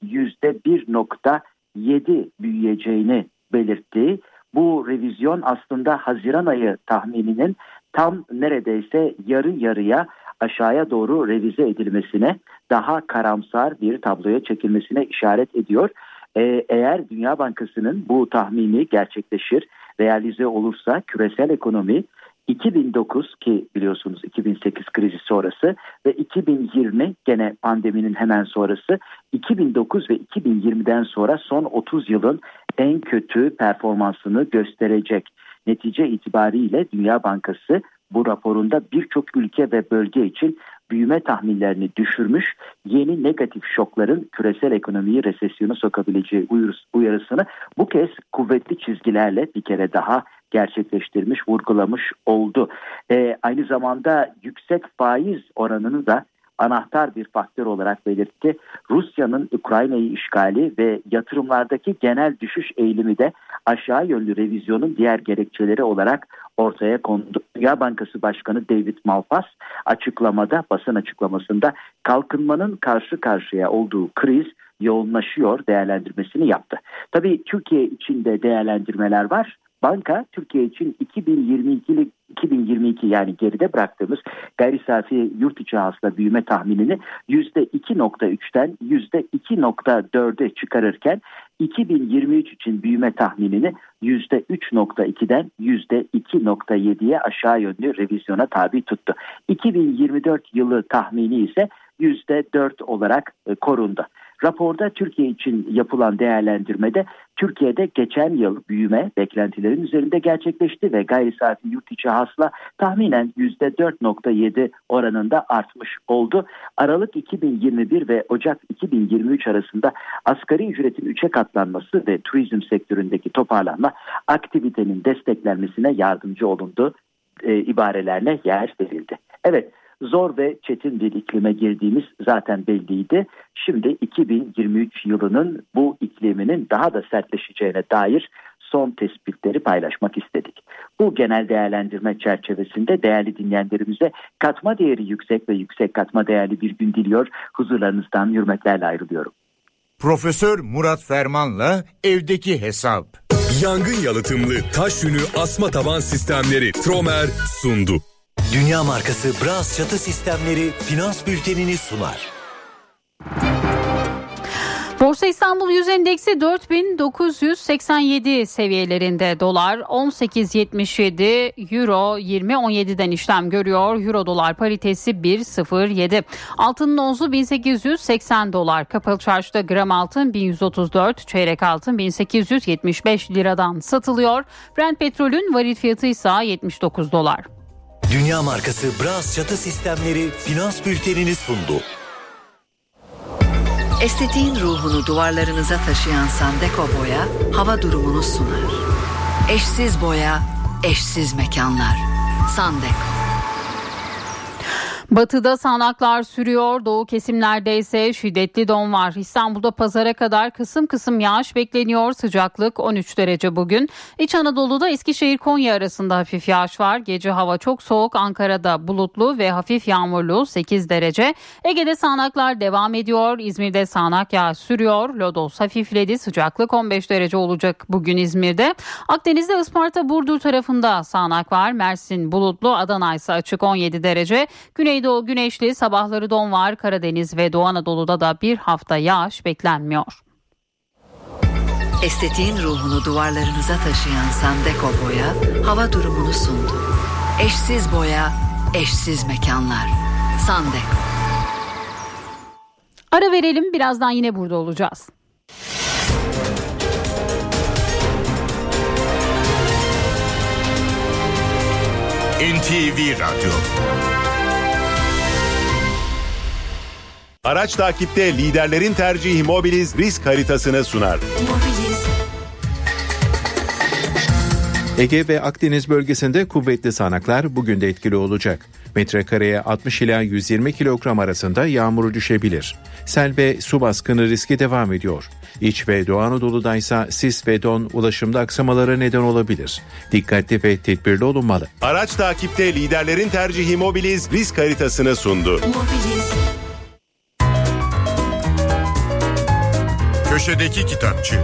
%1.7 büyüyeceğini belirtti. Bu revizyon aslında Haziran ayı tahmininin tam neredeyse yarı yarıya aşağıya doğru revize edilmesine, daha karamsar bir tabloya çekilmesine işaret ediyor. Eğer Dünya Bankası'nın bu tahmini gerçekleşir, realize olursa küresel ekonomi 2009 ki biliyorsunuz 2008 krizi sonrası ve 2020 gene pandeminin hemen sonrası, 2009 ve 2020'den sonra son 30 yılın en kötü performansını gösterecek. Netice itibariyle Dünya Bankası bu raporunda birçok ülke ve bölge için büyüme tahminlerini düşürmüş, yeni negatif şokların küresel ekonomiyi resesyona sokabileceği uyarısını bu kez kuvvetli çizgilerle bir kere daha gerçekleştirmiş, vurgulamış oldu. Aynı zamanda yüksek faiz oranını da anahtar bir faktör olarak belirtti. Rusya'nın Ukrayna'yı işgali ve yatırımlardaki genel düşüş eğilimi de aşağı yönlü revizyonun diğer gerekçeleri olarak ortaya kondu. Dünya Bankası Başkanı David Malpass basın açıklamasında kalkınmanın karşı karşıya olduğu kriz yoğunlaşıyor değerlendirmesini yaptı. Tabii Türkiye için de değerlendirmeler var. Banka Türkiye için 2022 yani geride bıraktığımız gayri safi yurt içi hasıla büyüme tahminini %2.3'ten %2.4'e çıkarırken 2023 için büyüme tahminini %3.2'den %2.7'ye aşağı yönlü revizyona tabi tuttu. 2024 yılı tahmini ise %4 olarak korundu. Raporda Türkiye için yapılan değerlendirmede Türkiye'de geçen yıl büyüme beklentilerin üzerinde gerçekleşti ve gayri safi yurt içi hasıla tahminen %4.7 oranında artmış oldu. Aralık 2021 ve Ocak 2023 arasında asgari ücretin 3'e katlanması ve turizm sektöründeki toparlanma aktivitenin desteklenmesine yardımcı olundu ibarelerine yer verildi. Evet. Zor ve çetin bir iklime girdiğimiz zaten belliydi. Şimdi 2023 yılının bu ikliminin daha da sertleşeceğine dair son tespitleri paylaşmak istedik. Bu genel değerlendirme çerçevesinde değerli dinleyenlerimize katma değeri yüksek ve yüksek katma değerli bir gün diliyor. Huzurlarınızdan hürmetlerle ayrılıyorum. Profesör Murat Ferman'la evdeki hesap. Yangın yalıtımlı taş yünü asma taban sistemleri Tromer sundu. Dünya markası Bras Çatı Sistemleri finans bültenini sunar. Borsa İstanbul Yüz Endeksi 4987 seviyelerinde, dolar 18.77, euro 20.17'den işlem görüyor. Euro dolar paritesi 1.07. Altının onzu 1880 dolar. Kapalı çarşıda gram altın 1134, çeyrek altın 1875 liradan satılıyor. Brent petrolün varil fiyatı ise 79 dolar. Dünya markası Bras Çatı Sistemleri finans bültenini sundu. Estetiğin ruhunu duvarlarınıza taşıyan Sandeko Boya hava durumunu sunar. Eşsiz boya, eşsiz mekanlar. Sandeko. Batıda sağanaklar sürüyor, doğu kesimlerde ise şiddetli don var. İstanbul'da pazara kadar kısım kısım yağış bekleniyor. Sıcaklık 13 derece bugün. İç Anadolu'da Eskişehir-Konya arasında hafif yağış var. Gece hava çok soğuk. Ankara'da bulutlu ve hafif yağmurlu 8 derece. Ege'de sağanaklar devam ediyor. İzmir'de sağanak yağış sürüyor. Lodos hafifledi. Sıcaklık 15 derece olacak bugün İzmir'de. Akdeniz'de Isparta, Burdur tarafında sağanak var. Mersin bulutlu, Adana ise açık 17 derece. Güneydoğu güneşli, sabahları don var. Karadeniz ve Doğu Anadolu'da da bir hafta yağış beklenmiyor. Estetiğin ruhunu duvarlarınıza taşıyan Sandeko Boya hava durumunu sundu. Eşsiz boya, eşsiz mekanlar. Sandeko. Ara verelim, birazdan yine burada olacağız. NTV Radyo. Araç takipte liderlerin tercihi Mobiliz risk haritasını sunar. Ege ve Akdeniz bölgesinde kuvvetli sağanaklar bugün de etkili olacak. Metrekareye 60 ila 120 kilogram arasında yağmur düşebilir. Sel ve su baskını riski devam ediyor. İç ve Doğu Anadolu'da ise sis ve don ulaşımda aksamalara neden olabilir. Dikkatli ve tedbirli olunmalı. Araç takipte liderlerin tercihi Mobiliz risk haritasını sundu. Mobiliz. Köşedeki kitapçı.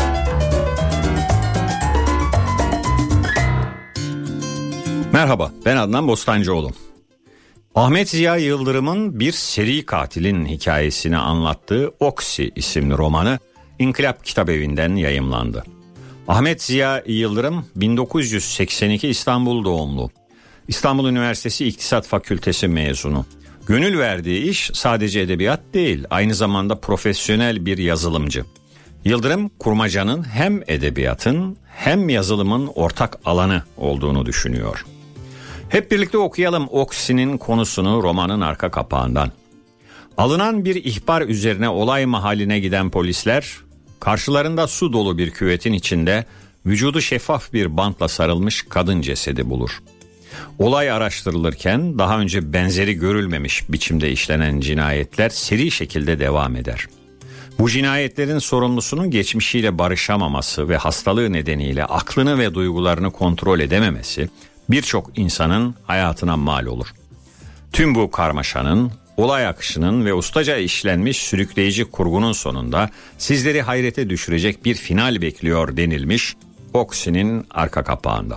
Merhaba, ben Adnan Bostancıoğlu. Ahmet Ziya Yıldırım'ın bir seri katilin hikayesini anlattığı Oksi isimli romanı İnkılap Kitabevi'nden yayımlandı. Ahmet Ziya Yıldırım 1982 İstanbul doğumlu. İstanbul Üniversitesi İktisat Fakültesi mezunu. Gönül verdiği iş sadece edebiyat değil, aynı zamanda profesyonel bir yazılımcı. Yıldırım, kurmacanın hem edebiyatın hem yazılımın ortak alanı olduğunu düşünüyor. Hep birlikte okuyalım Oksi'nin konusunu romanın arka kapağından. Alınan bir ihbar üzerine olay mahalline giden polisler, karşılarında su dolu bir küvetin içinde vücudu şeffaf bir bantla sarılmış kadın cesedi bulur. Olay araştırılırken daha önce benzeri görülmemiş biçimde işlenen cinayetler seri şekilde devam eder. Bu cinayetlerin sorumlusunun geçmişiyle barışamaması ve hastalığı nedeniyle aklını ve duygularını kontrol edememesi birçok insanın hayatına mal olur. Tüm bu karmaşanın, olay akışının ve ustaca işlenmiş sürükleyici kurgunun sonunda sizleri hayrete düşürecek bir final bekliyor denilmiş Oksi'nin arka kapağında.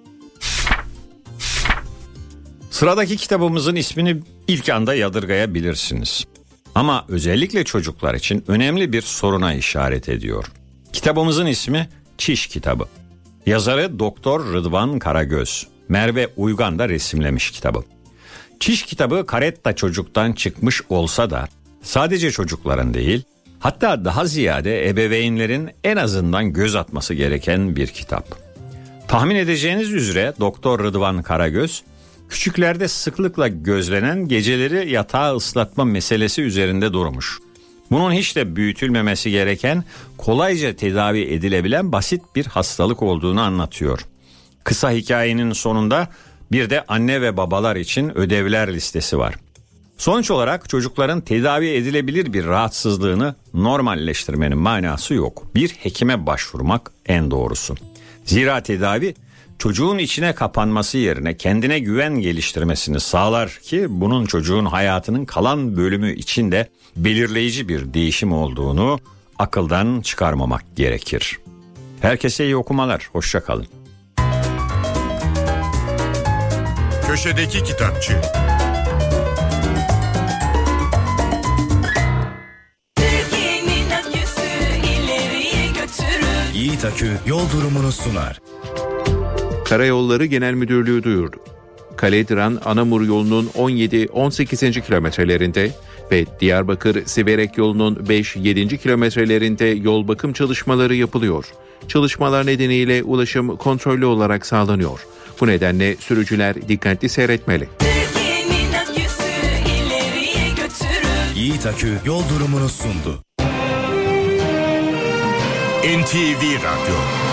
Sıradaki kitabımızın ismini ilk anda yadırgayabilirsiniz. Ama özellikle çocuklar için önemli bir soruna işaret ediyor. Kitabımızın ismi Çiş Kitabı. Yazarı Doktor Rıdvan Karagöz, Merve Uygan da resimlemiş kitabı. Çiş Kitabı Karetta Çocuk'tan çıkmış olsa da sadece çocukların değil, hatta daha ziyade ebeveynlerin en azından göz atması gereken bir kitap. Tahmin edeceğiniz üzere Doktor Rıdvan Karagöz, küçüklerde sıklıkla gözlenen geceleri yatağı ıslatma meselesi üzerinde durmuş. Bunun hiç de büyütülmemesi gereken, kolayca tedavi edilebilen basit bir hastalık olduğunu anlatıyor. Kısa hikayenin sonunda bir de anne ve babalar için ödevler listesi var. Sonuç olarak çocukların tedavi edilebilir bir rahatsızlığını normalleştirmenin manası yok. Bir hekime başvurmak en doğrusu. Zira tedavi çocuğun içine kapanması yerine kendine güven geliştirmesini sağlar ki bunun çocuğun hayatının kalan bölümü içinde belirleyici bir değişim olduğunu akıldan çıkarmamak gerekir. Herkese iyi okumalar, hoşça kalın. Köşedeki Kitapçı. Yiğit Akü yol durumunu sunar. Karayolları Genel Müdürlüğü duyurdu. Kaledran-Anamur yolunun 17-18. kilometrelerinde ve Diyarbakır-Siverek yolunun 5-7. kilometrelerinde yol bakım çalışmaları yapılıyor. Çalışmalar nedeniyle ulaşım kontrollü olarak sağlanıyor. Bu nedenle sürücüler dikkatli seyretmeli. Yiğit Akü yol durumunu sundu. NTV Radyo.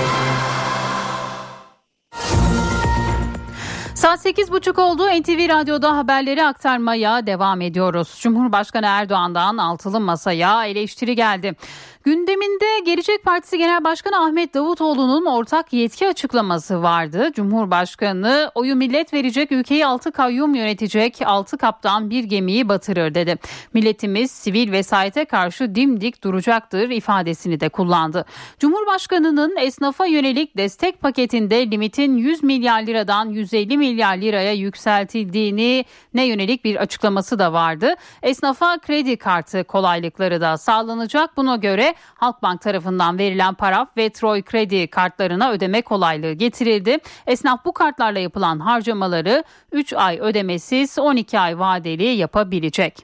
Saat 8.30 oldu. NTV Radyo'da haberleri aktarmaya devam ediyoruz. Cumhurbaşkanı Erdoğan'dan altılı masaya eleştiri geldi. Gündeminde Gelecek Partisi Genel Başkanı Ahmet Davutoğlu'nun ortak yetki açıklaması vardı. Cumhurbaşkanı oyu millet verecek, ülkeyi 6 kayyum yönetecek, 6 kaptan bir gemiyi batırır dedi. Milletimiz sivil vesayete karşı dimdik duracaktır ifadesini de kullandı. Cumhurbaşkanının esnafa yönelik destek paketinde limitin 100 milyar liradan 150 milyar liraya yükseltildiğine yönelik bir açıklaması da vardı. Esnafa kredi kartı kolaylıkları da sağlanacak. Buna göre Halkbank tarafından verilen paraf ve Troy kredi kartlarına ödeme kolaylığı getirildi. Esnaf bu kartlarla yapılan harcamaları 3 ay ödemesiz 12 ay vadeli yapabilecek.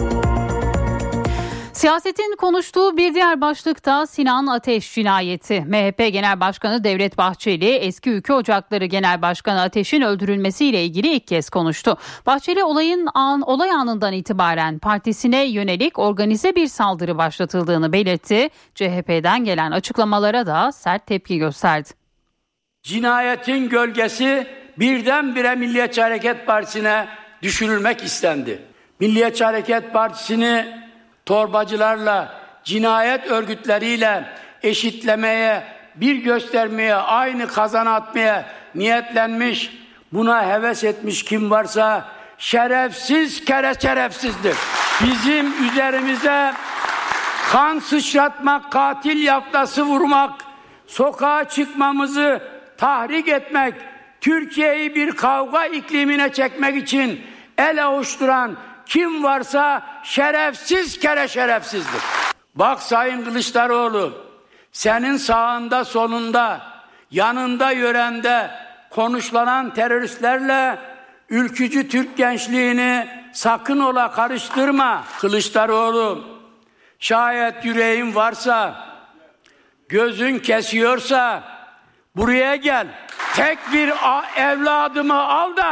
Siyasetin konuştuğu bir diğer başlıkta Sinan Ateş cinayeti. MHP Genel Başkanı Devlet Bahçeli, eski Ülke Ocakları Genel Başkanı Ateş'in öldürülmesiyle ilgili ilk kez konuştu. Bahçeli olay anından itibaren partisine yönelik organize bir saldırı başlatıldığını belirtti. CHP'den gelen açıklamalara da sert tepki gösterdi. Cinayetin gölgesi birdenbire Milliyetçi Hareket Partisi'ne düşürülmek istendi. Milliyetçi Hareket Partisi'ni torbacılarla, cinayet örgütleriyle eşitlemeye, bir göstermeye, aynı kazana atmaya niyetlenmiş, buna heves etmiş kim varsa şerefsiz kere şerefsizdir. Bizim üzerimize kan sıçratmak, katil yaftası vurmak, sokağa çıkmamızı tahrik etmek, Türkiye'yi bir kavga iklimine çekmek için el avuşturan kim varsa şerefsiz kere şerefsizdir. Bak Sayın Kılıçdaroğlu, senin sağında solunda, yanında yörende konuşlanan teröristlerle ülkücü Türk gençliğini sakın ola karıştırma. Kılıçdaroğlu, şayet yüreğin varsa, gözün kesiyorsa buraya gel. Tek bir evladımı al da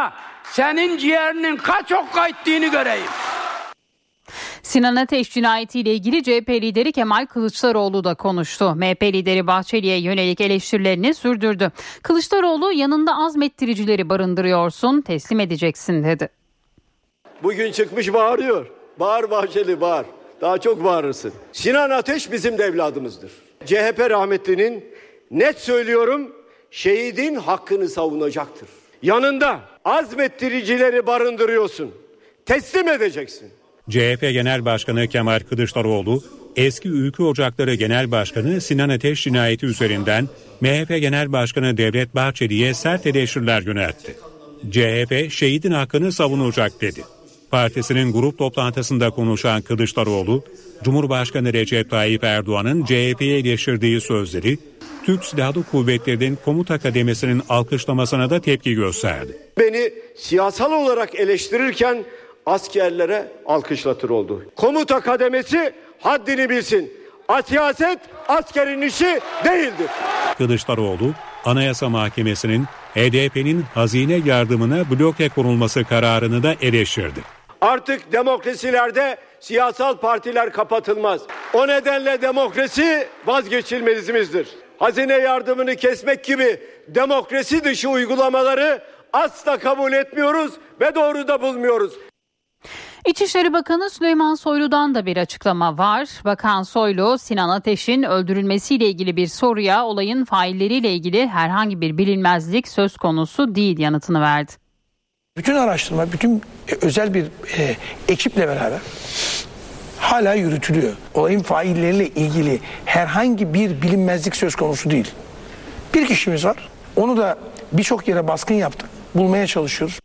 senin ciğerinin kaç okka ettiğini göreyim. Sinan Ateş cinayetiyle ilgili CHP lideri Kemal Kılıçdaroğlu da konuştu. MHP lideri Bahçeli'ye yönelik eleştirilerini sürdürdü. Kılıçdaroğlu yanında azmettiricileri barındırıyorsun, teslim edeceksin dedi. Bugün çıkmış bağırıyor. Bağır Bahçeli bağır. Daha çok bağırırsın. Sinan Ateş bizim de evladımızdır. CHP rahmetlinin net söylüyorum şehidin hakkını savunacaktır. Yanında azmettiricileri barındırıyorsun. Teslim edeceksin. CHP Genel Başkanı Kemal Kılıçdaroğlu, eski Ülkü Ocakları Genel Başkanı Sinan Ateş cinayeti üzerinden MHP Genel Başkanı Devlet Bahçeli'ye sert eleştiriler yöneltti. CHP şehidin hakkını savunacak dedi. Partisinin grup toplantısında konuşan Kılıçdaroğlu, Cumhurbaşkanı Recep Tayyip Erdoğan'ın CHP'ye eleştirdiği sözleri, Türk Silahlı Kuvvetleri'nin komuta kademesinin alkışlamasına da tepki gösterdi. Beni siyasal olarak eleştirirken askerlere alkışlatır oldu. Komuta kademesi haddini bilsin. Siyaset askerin işi değildir. Kılıçdaroğlu, Anayasa Mahkemesi'nin HDP'nin hazine yardımına bloke konulması kararını da eleştirdi. Artık demokrasilerde siyasal partiler kapatılmaz. O nedenle demokrasi vazgeçilmezimizdir. Hazine yardımını kesmek gibi demokrasi dışı uygulamaları asla kabul etmiyoruz ve doğru da bulmuyoruz. İçişleri Bakanı Süleyman Soylu'dan da bir açıklama var. Bakan Soylu, Sinan Ateş'in öldürülmesiyle ilgili bir soruya olayın failleriyle ilgili herhangi bir bilinmezlik söz konusu değil yanıtını verdi. Bütün araştırma, bütün özel bir ekiple beraber hala yürütülüyor. Olayın failleriyle ilgili herhangi bir bilinmezlik söz konusu değil. Bir kişimiz var. Onu da birçok yere baskın yaptık. Bulmaya çalışıyoruz.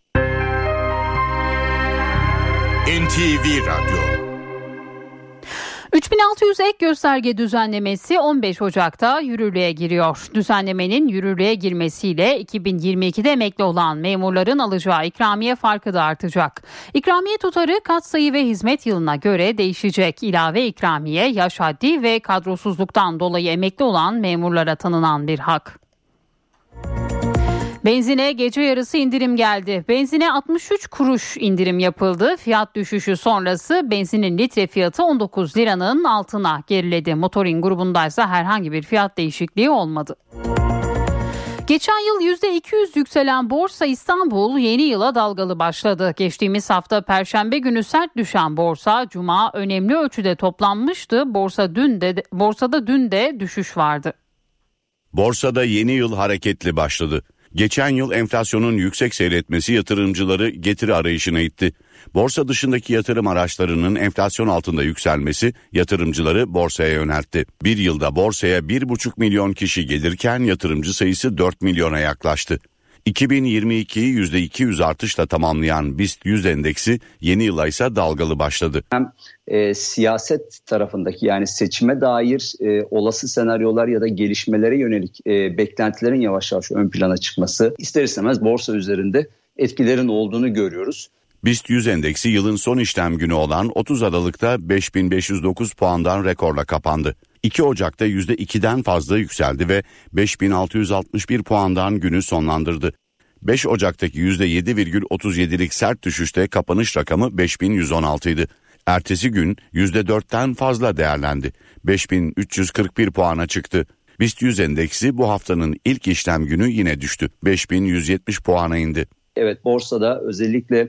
NTV Radyo. 3600 ek gösterge düzenlemesi 15 Ocak'ta yürürlüğe giriyor. Düzenlemenin yürürlüğe girmesiyle 2022'de emekli olan memurların alacağı ikramiye farkı da artacak. İkramiye tutarı katsayı ve hizmet yılına göre değişecek. İlave ikramiye yaş haddi ve kadrosuzluktan dolayı emekli olan memurlara tanınan bir hak. Benzine gece yarısı indirim geldi. Benzine 63 kuruş indirim yapıldı. Fiyat düşüşü sonrası benzinin litre fiyatı 19 liranın altına geriledi. Motorin grubundaysa herhangi bir fiyat değişikliği olmadı. Geçen yıl %200 yükselen Borsa İstanbul yeni yıla dalgalı başladı. Geçtiğimiz hafta Perşembe günü sert düşen borsa Cuma önemli ölçüde toplanmıştı. Borsada dün de düşüş vardı. Borsada yeni yıl hareketli başladı. Geçen yıl enflasyonun yüksek seyretmesi yatırımcıları getiri arayışına itti. Borsa dışındaki yatırım araçlarının enflasyon altında yükselmesi yatırımcıları borsaya yöneltti. Bir yılda borsaya 1,5 milyon kişi gelirken yatırımcı sayısı 4 milyona yaklaştı. 2022'yi %200 artışla tamamlayan BIST 100 endeksi yeni yıla ise dalgalı başladı. Hem siyaset tarafındaki yani seçime dair olası senaryolar ya da gelişmelere yönelik beklentilerin yavaş yavaş ön plana çıkması ister istemez borsa üzerinde etkilerin olduğunu görüyoruz. BIST 100 endeksi yılın son işlem günü olan 30 Aralık'ta 5509 puandan rekorla kapandı. 2 Ocak'ta %2'den fazla yükseldi ve 5661 puandan günü sonlandırdı. 5 Ocak'taki %7,37'lik sert düşüşte kapanış rakamı 5116 idi. Ertesi gün %4'ten fazla değerlendi. 5341 puana çıktı. BIST 100 endeksi bu haftanın ilk işlem günü yine düştü. 5170 puana indi. Evet, borsada özellikle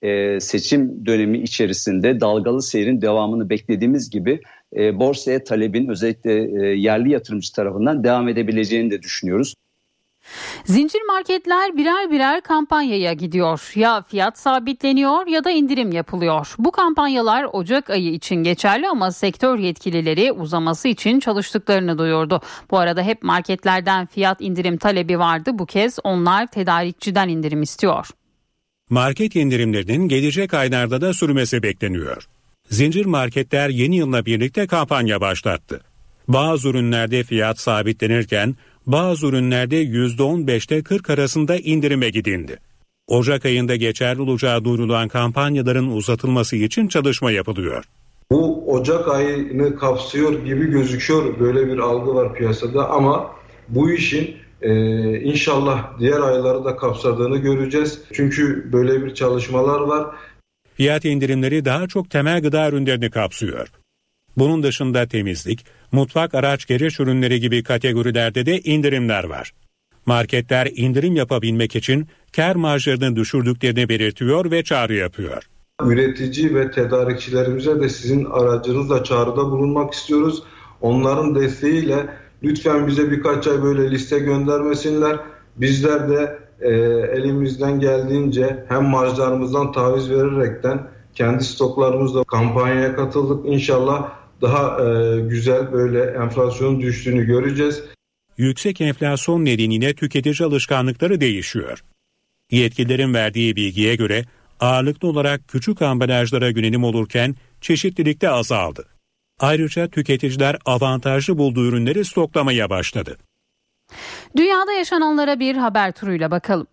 seçim dönemi içerisinde dalgalı seyrin devamını beklediğimiz gibi borsaya talebin özellikle yerli yatırımcı tarafından devam edebileceğini de düşünüyoruz. Zincir marketler birer birer kampanyaya gidiyor. Ya fiyat sabitleniyor ya da indirim yapılıyor. Bu kampanyalar Ocak ayı için geçerli ama sektör yetkilileri uzaması için çalıştıklarını duyurdu. Bu arada hep marketlerden fiyat indirim talebi vardı. Bu kez onlar tedarikçiden indirim istiyor. Market indirimlerinin gelecek aylarda da sürmesi bekleniyor. Zincir marketler yeni yılla birlikte kampanya başlattı. Bazı ürünlerde fiyat sabitlenirken bazı ürünlerde %15'te 40 arasında indirime gidildi. Ocak ayında geçerli olacağı duyurulan kampanyaların uzatılması için çalışma yapılıyor. Bu Ocak ayını kapsıyor gibi gözüküyor, böyle bir algı var piyasada ama bu işin İnşallah diğer ayları da kapsadığını göreceğiz. Çünkü böyle bir çalışmalar var. Fiyat indirimleri daha çok temel gıda ürünlerini kapsıyor. Bunun dışında temizlik, mutfak, araç, gereç ürünleri gibi kategorilerde de indirimler var. Marketler indirim yapabilmek için kar marjlarını düşürdüklerini belirtiyor ve çağrı yapıyor. Üretici ve tedarikçilerimize de sizin aracınızla çağrıda bulunmak istiyoruz. Onların desteğiyle lütfen bize birkaç ay böyle liste göndermesinler. Bizler de elimizden geldiğince hem marjlarımızdan taviz vererekten kendi stoklarımızla kampanyaya katıldık. İnşallah daha güzel böyle enflasyonun düştüğünü göreceğiz. Yüksek enflasyon nedeniyle tüketici alışkanlıkları değişiyor. Yetkililerin verdiği bilgiye göre ağırlıklı olarak küçük ambalajlara yönelim olurken çeşitlilik de azaldı. Ayrıca tüketiciler avantajlı bulduğu ürünleri stoklamaya başladı. Dünyada yaşananlara bir haber turuyla bakalım.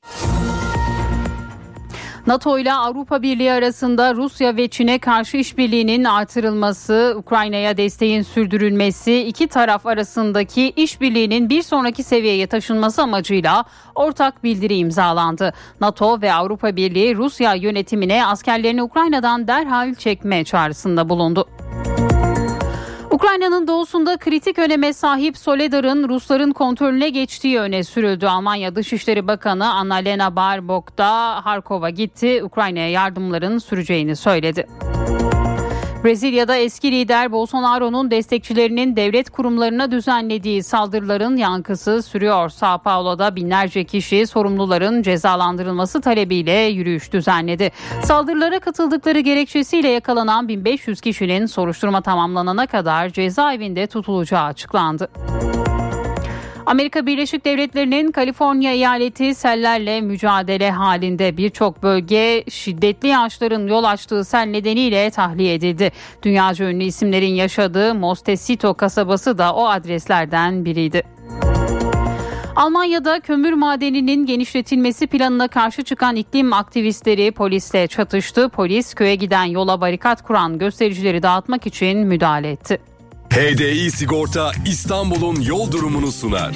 NATO ile Avrupa Birliği arasında Rusya ve Çin'e karşı işbirliğinin artırılması, Ukrayna'ya desteğin sürdürülmesi, iki taraf arasındaki işbirliğinin bir sonraki seviyeye taşınması amacıyla ortak bildiri imzalandı. NATO ve Avrupa Birliği Rusya yönetimine askerlerini Ukrayna'dan derhal çekme çağrısında bulundu. Ukrayna'nın doğusunda kritik öneme sahip Soledar'ın Rusların kontrolüne geçtiği öne sürüldü. Almanya Dışişleri Bakanı Annalena Baerbock da Harkov'a gitti. Ukrayna'ya yardımların süreceğini söyledi. Brezilya'da eski lider Bolsonaro'nun destekçilerinin devlet kurumlarına düzenlediği saldırıların yankısı sürüyor. São Paulo'da binlerce kişi sorumluların cezalandırılması talebiyle yürüyüş düzenledi. Saldırılara katıldıkları gerekçesiyle yakalanan 1500 kişinin soruşturma tamamlanana kadar cezaevinde tutulacağı açıklandı. Amerika Birleşik Devletleri'nin Kaliforniya eyaleti sellerle mücadele halinde. Birçok bölge şiddetli yağışların yol açtığı sel nedeniyle tahliye edildi. Dünyaca ünlü isimlerin yaşadığı Montecito kasabası da o adreslerden biriydi. Almanya'da kömür madeninin genişletilmesi planına karşı çıkan iklim aktivistleri polisle çatıştı. Polis köye giden yola barikat kuran göstericileri dağıtmak için müdahale etti. HDI Sigorta İstanbul'un yol durumunu sunar.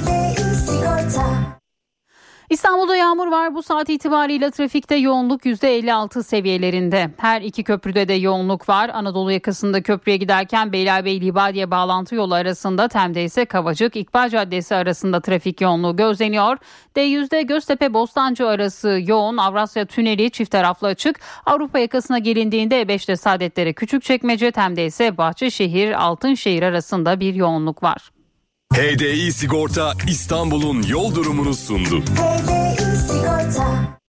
İstanbul'da yağmur var. Bu saat itibariyle trafikte yoğunluk %56 seviyelerinde. Her iki köprüde de yoğunluk var. Anadolu yakasında köprüye giderken Beylerbeyi-Libadiye bağlantı yolu arasında, Tem'de ise Kavacık İkbal Caddesi arasında trafik yoğunluğu gözleniyor. D100'de Göztepe-Bostancı arası yoğun. Avrasya Tüneli çift taraflı açık. Avrupa yakasına gelindiğinde E5'te Saadetlere Küçükçekmece, Tem'de ise Bahçeşehir-Altınşehir arasında bir yoğunluk var. HDI Sigorta İstanbul'un yol durumunu sundu. HDI Sigorta.